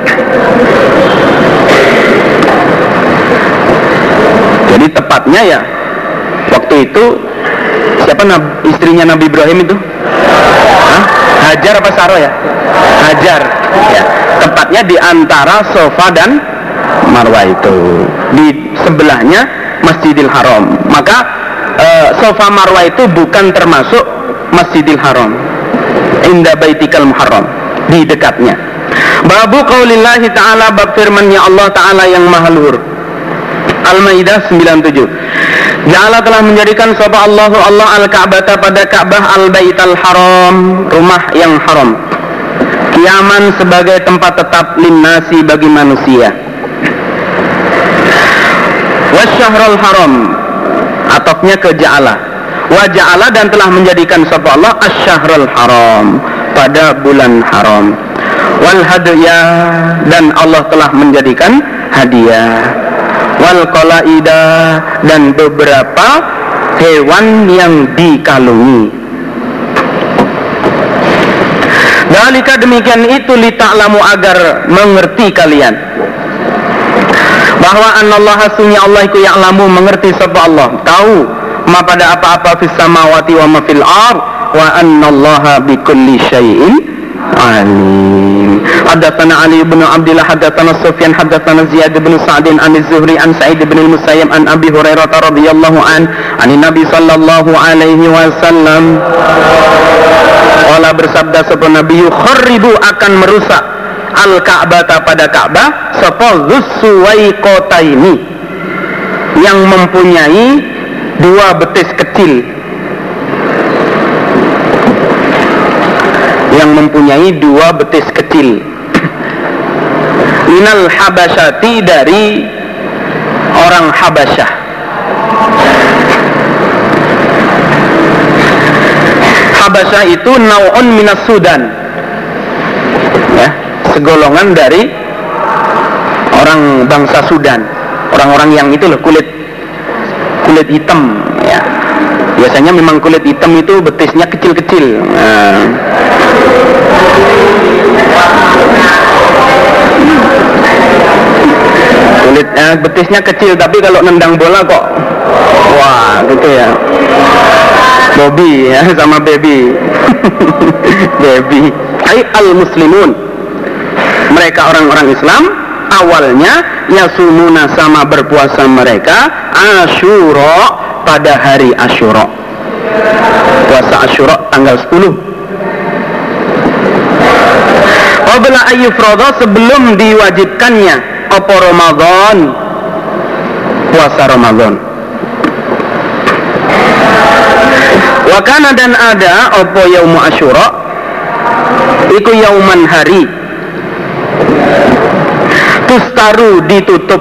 Jadi tepatnya ya, waktu itu siapa istrinya Nabi Ibrahim itu? Hajar apa Saro ya? Hajar ya. Tepatnya di antara Safa dan Marwah itu, di sebelahnya Masjidil Haram. Maka Safa Marwah itu bukan termasuk Masjidil Haram, inda baitikal muharram, di dekatnya. Babu qaulillahi ta'ala, bab firman-Nya Allah Ta'ala yang maha luhur. Al-Maidah 97. Ja'ala, telah menjadikan sapa Allahu Allah al-Ka'bata, pada Ka'bah, al-Baital Haram, rumah yang haram, qiyaman, sebagai tempat tetap, linnasi, bagi manusia. Wasyahrul haram, atofnya ke ja'ala. Wa ja'ala, dan telah menjadikan sapa Allah asyahrul haram, pada bulan haram. Wal hadiyah, dan Allah telah menjadikan hadiah. Wal qalaida, dan beberapa hewan yang dikalungi. Dalika, demikian itu, lita'lamu, agar mengerti kalian, bahwa anallaha, sunnya Allah iku ya'lamu, mengerti sapa Allah, tahu ma, pada apa-apa, fis samawati wa ma fil ard, wa anallaha bikulli syai'in alim. Hadatsana Ali bin Abdullah, hadatsana Sufyan, hadatsana Ziyad bin Sa'd an Az-Zuhri an Sa'id bin Al-Musayyib an Abi Hurairah radhiyallahu an Nabi sallallahu alaihi wasallam qala, bersabda sapa Nabi, yukharribu, akan merusak, al-Ka'bata, pada Ka'bah, sapa dzussuwaiqataini, yang mempunyai dua betis kecil, yang mempunyai dua betis kecil, minal habasyati, dari orang Habasyah. Habasyah itu nau'un minas Sudan ya, segolongan dari orang bangsa Sudan. orang-orang yang itu loh, kulit hitam ya. Biasanya memang kulit hitam itu betisnya kecil-kecil. Betisnya kecil, tapi kalau nendang bola kok wah gitu ya. Bobby ya, sama baby. Baby. Al-muslimun, mereka orang-orang Islam awalnya yasumuna, sama berpuasa mereka Asyura, pada hari Asyura. Puasa Asyura tanggal 10. Qabla ayyufradha, sebelum diwajibkannya apa Ramadan, puasa Ramadan. Wa kana, dan ada apa yaumu Asyura, iku yauman hari, tustaru ditutup,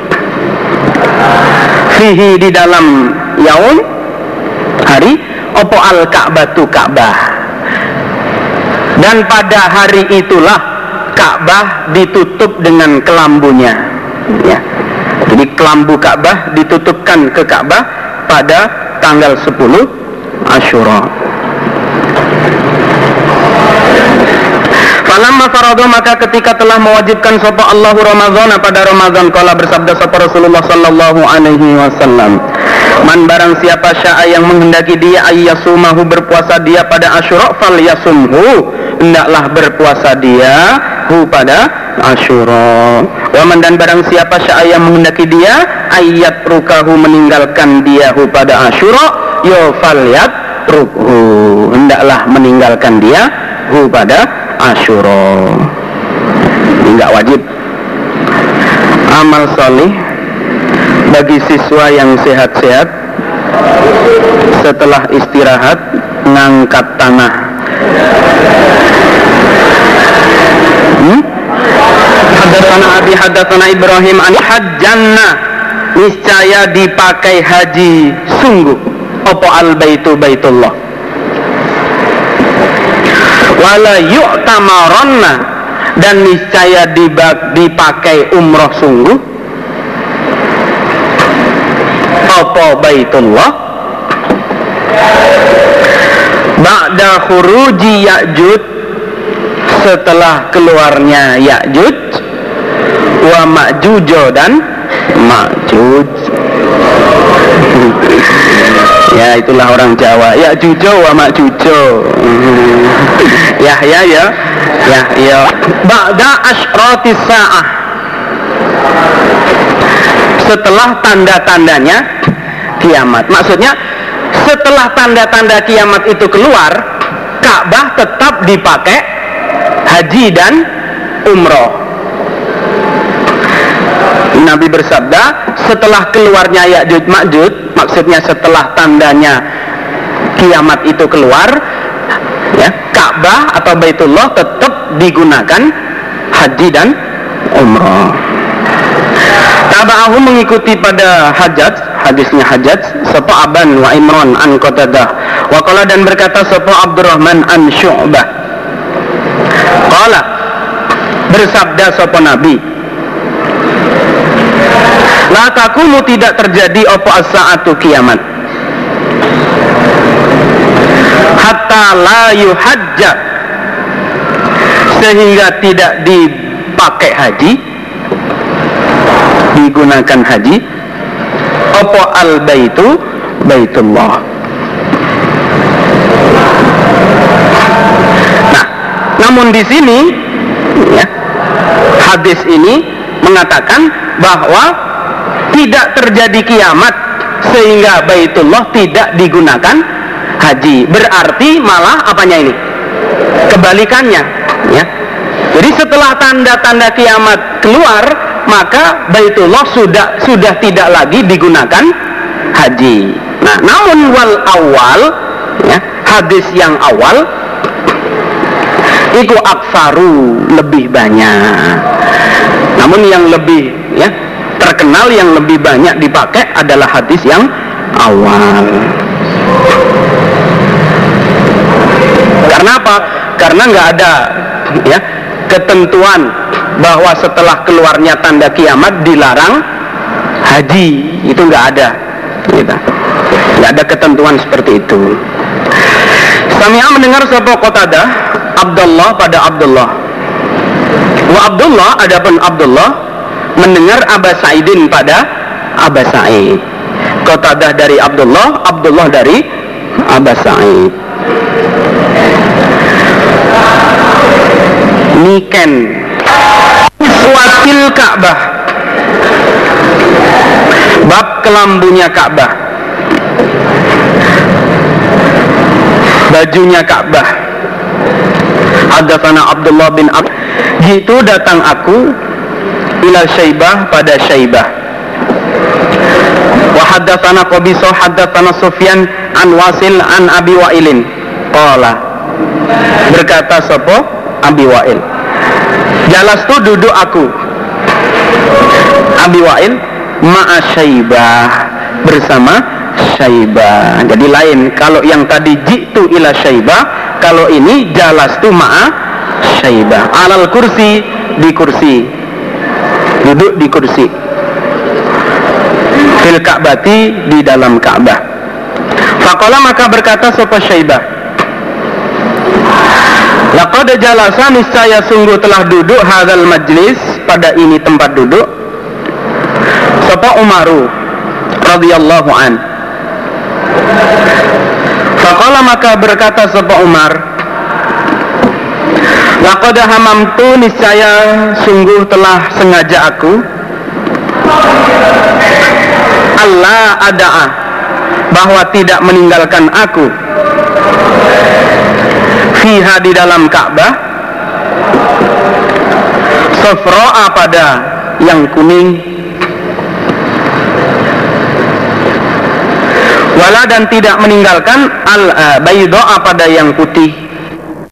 fihi di dalam yaum hari, apa al-Ka'batu, Ka'bah, dan pada hari itulah Ka'bah ditutup dengan kelambunya ya. Jadi kelambu Ka'bah ditutupkan ke Ka'bah pada tanggal 10 Asyura. Falamma farada, maka ketika telah mewajibkan sapa Allahu Ramadan, pada Ramadan, qala bersabda sapa Rasulullah sallallahu alaihi wasallam, man barang siapa syaa yang menghendaki dia ayyasumahu, berpuasa dia pada Asyura, falyasumhu, hendaklah berpuasa dia hu pada Asyura. Wa man, dan barang siapa syaa yang menghendaki dia ayat rukahu, meninggalkan dia hu pada Asyura, yo falyat rukhu, hendaklah meninggalkan dia hu pada Asyura. Ini enggak wajib. Amal salih bagi siswa yang sehat-sehat setelah istirahat ngangkat tanah. Hadatsana Abi, hadatsana Ibrahim an hajjanna, niscaya dipakai haji sungguh apa al-baitu, baitullah, wala yu'tamaronna, dan niscaya dipakai umroh sungguh apa baitullah, ba'da khuruji Ya'juj, setelah keluarnya Ya'juj, wa Ma'juj, dan Ma'juj. Ya itulah orang Jawa, Ya'juj wa Ma'juj. Ya ba'da asyratis sa'ah, setelah tanda-tandanya kiamat. Maksudnya setelah tanda-tanda kiamat itu keluar, Ka'bah tetap dipakai haji dan umroh. Nabi bersabda, setelah keluarnya Ya'juj Ma'juj, maksudnya setelah tandanya kiamat itu keluar ya, Ka'bah atau Baitullah tetap digunakan haji dan umroh. Taba'ahu, mengikuti pada Hajjaj, hadisnya Hajjaj, sapa Aban wa Imran an Qatadah, wa qala, dan berkata sapa Abdurrahman an Syu'bah, qala, bersabda sapa Nabi, la takumu, tidak terjadi apa as-sa'atu, kiamat, hatta la yuhajja, sehingga tidak dipakai haji, digunakan haji apa al-baitu, baitullah. Nah, namun di sini ya, hadis ini mengatakan bahwa tidak terjadi kiamat sehingga Baitullah tidak digunakan haji. Berarti malah apanya ini? Kebalikannya ya. Jadi setelah tanda-tanda kiamat keluar, maka Baitullah sudah tidak lagi digunakan haji. Nah, namun wal awal ya, hadis yang awal itu aksaru, lebih banyak. Namun yang lebih ya terkenal, yang lebih banyak dipakai adalah hadis yang awal. Karena apa? Karena nggak ada ya ketentuan bahwa setelah keluarnya tanda kiamat dilarang haji, itu nggak ada, gitu. Nggak ada ketentuan seperti itu. Sami'a mendengar sapa Qatadah Abdullah pada Abdullah. Wa Abdullah, adapun Abdullah mendengar Aba Sa'idin pada Aba Sa'id. Qatadah dari Abdullah, Abdullah dari Aba Sa'id. Niken Iswatil Ka'bah, bab kelambunya Ka'bah, bajunya Ka'bah. Hadatsana Abdullah bin gitu datang aku ila Syaibah pada Syaibah. Wa hadatsana Qabisah hadatsana Sufyan an Wasil an Abi Wa'ilin. Qala, berkata sapa Abi Wa'il, jalastu duduk aku Abi Wa'il ma'a Syaibah, bersama Syaibah. Jadi lain, kalau yang tadi jitu ila Syaibah, kalau ini jalastu ma'a Syaibah. Alal kursi, di kursi, duduk di kursi. Fil Ka'bati, di dalam Ka'bah. Faqala, maka berkata sapa Syaibah, laqad jalasa, niscaya sungguh telah duduk hadzal majlis, pada ini tempat duduk, sapa Umaru radhiyallahu an. Faqala, maka berkata sapa Umar, laqad hamamtu, niscaya sungguh telah sengaja aku, Allah ada'a, bahwa tidak meninggalkan aku, fiha, di dalam Ka'bah, safra'a, pada yang kuning, wala, dan tidak meninggalkan al-bayda'a, pada yang putih.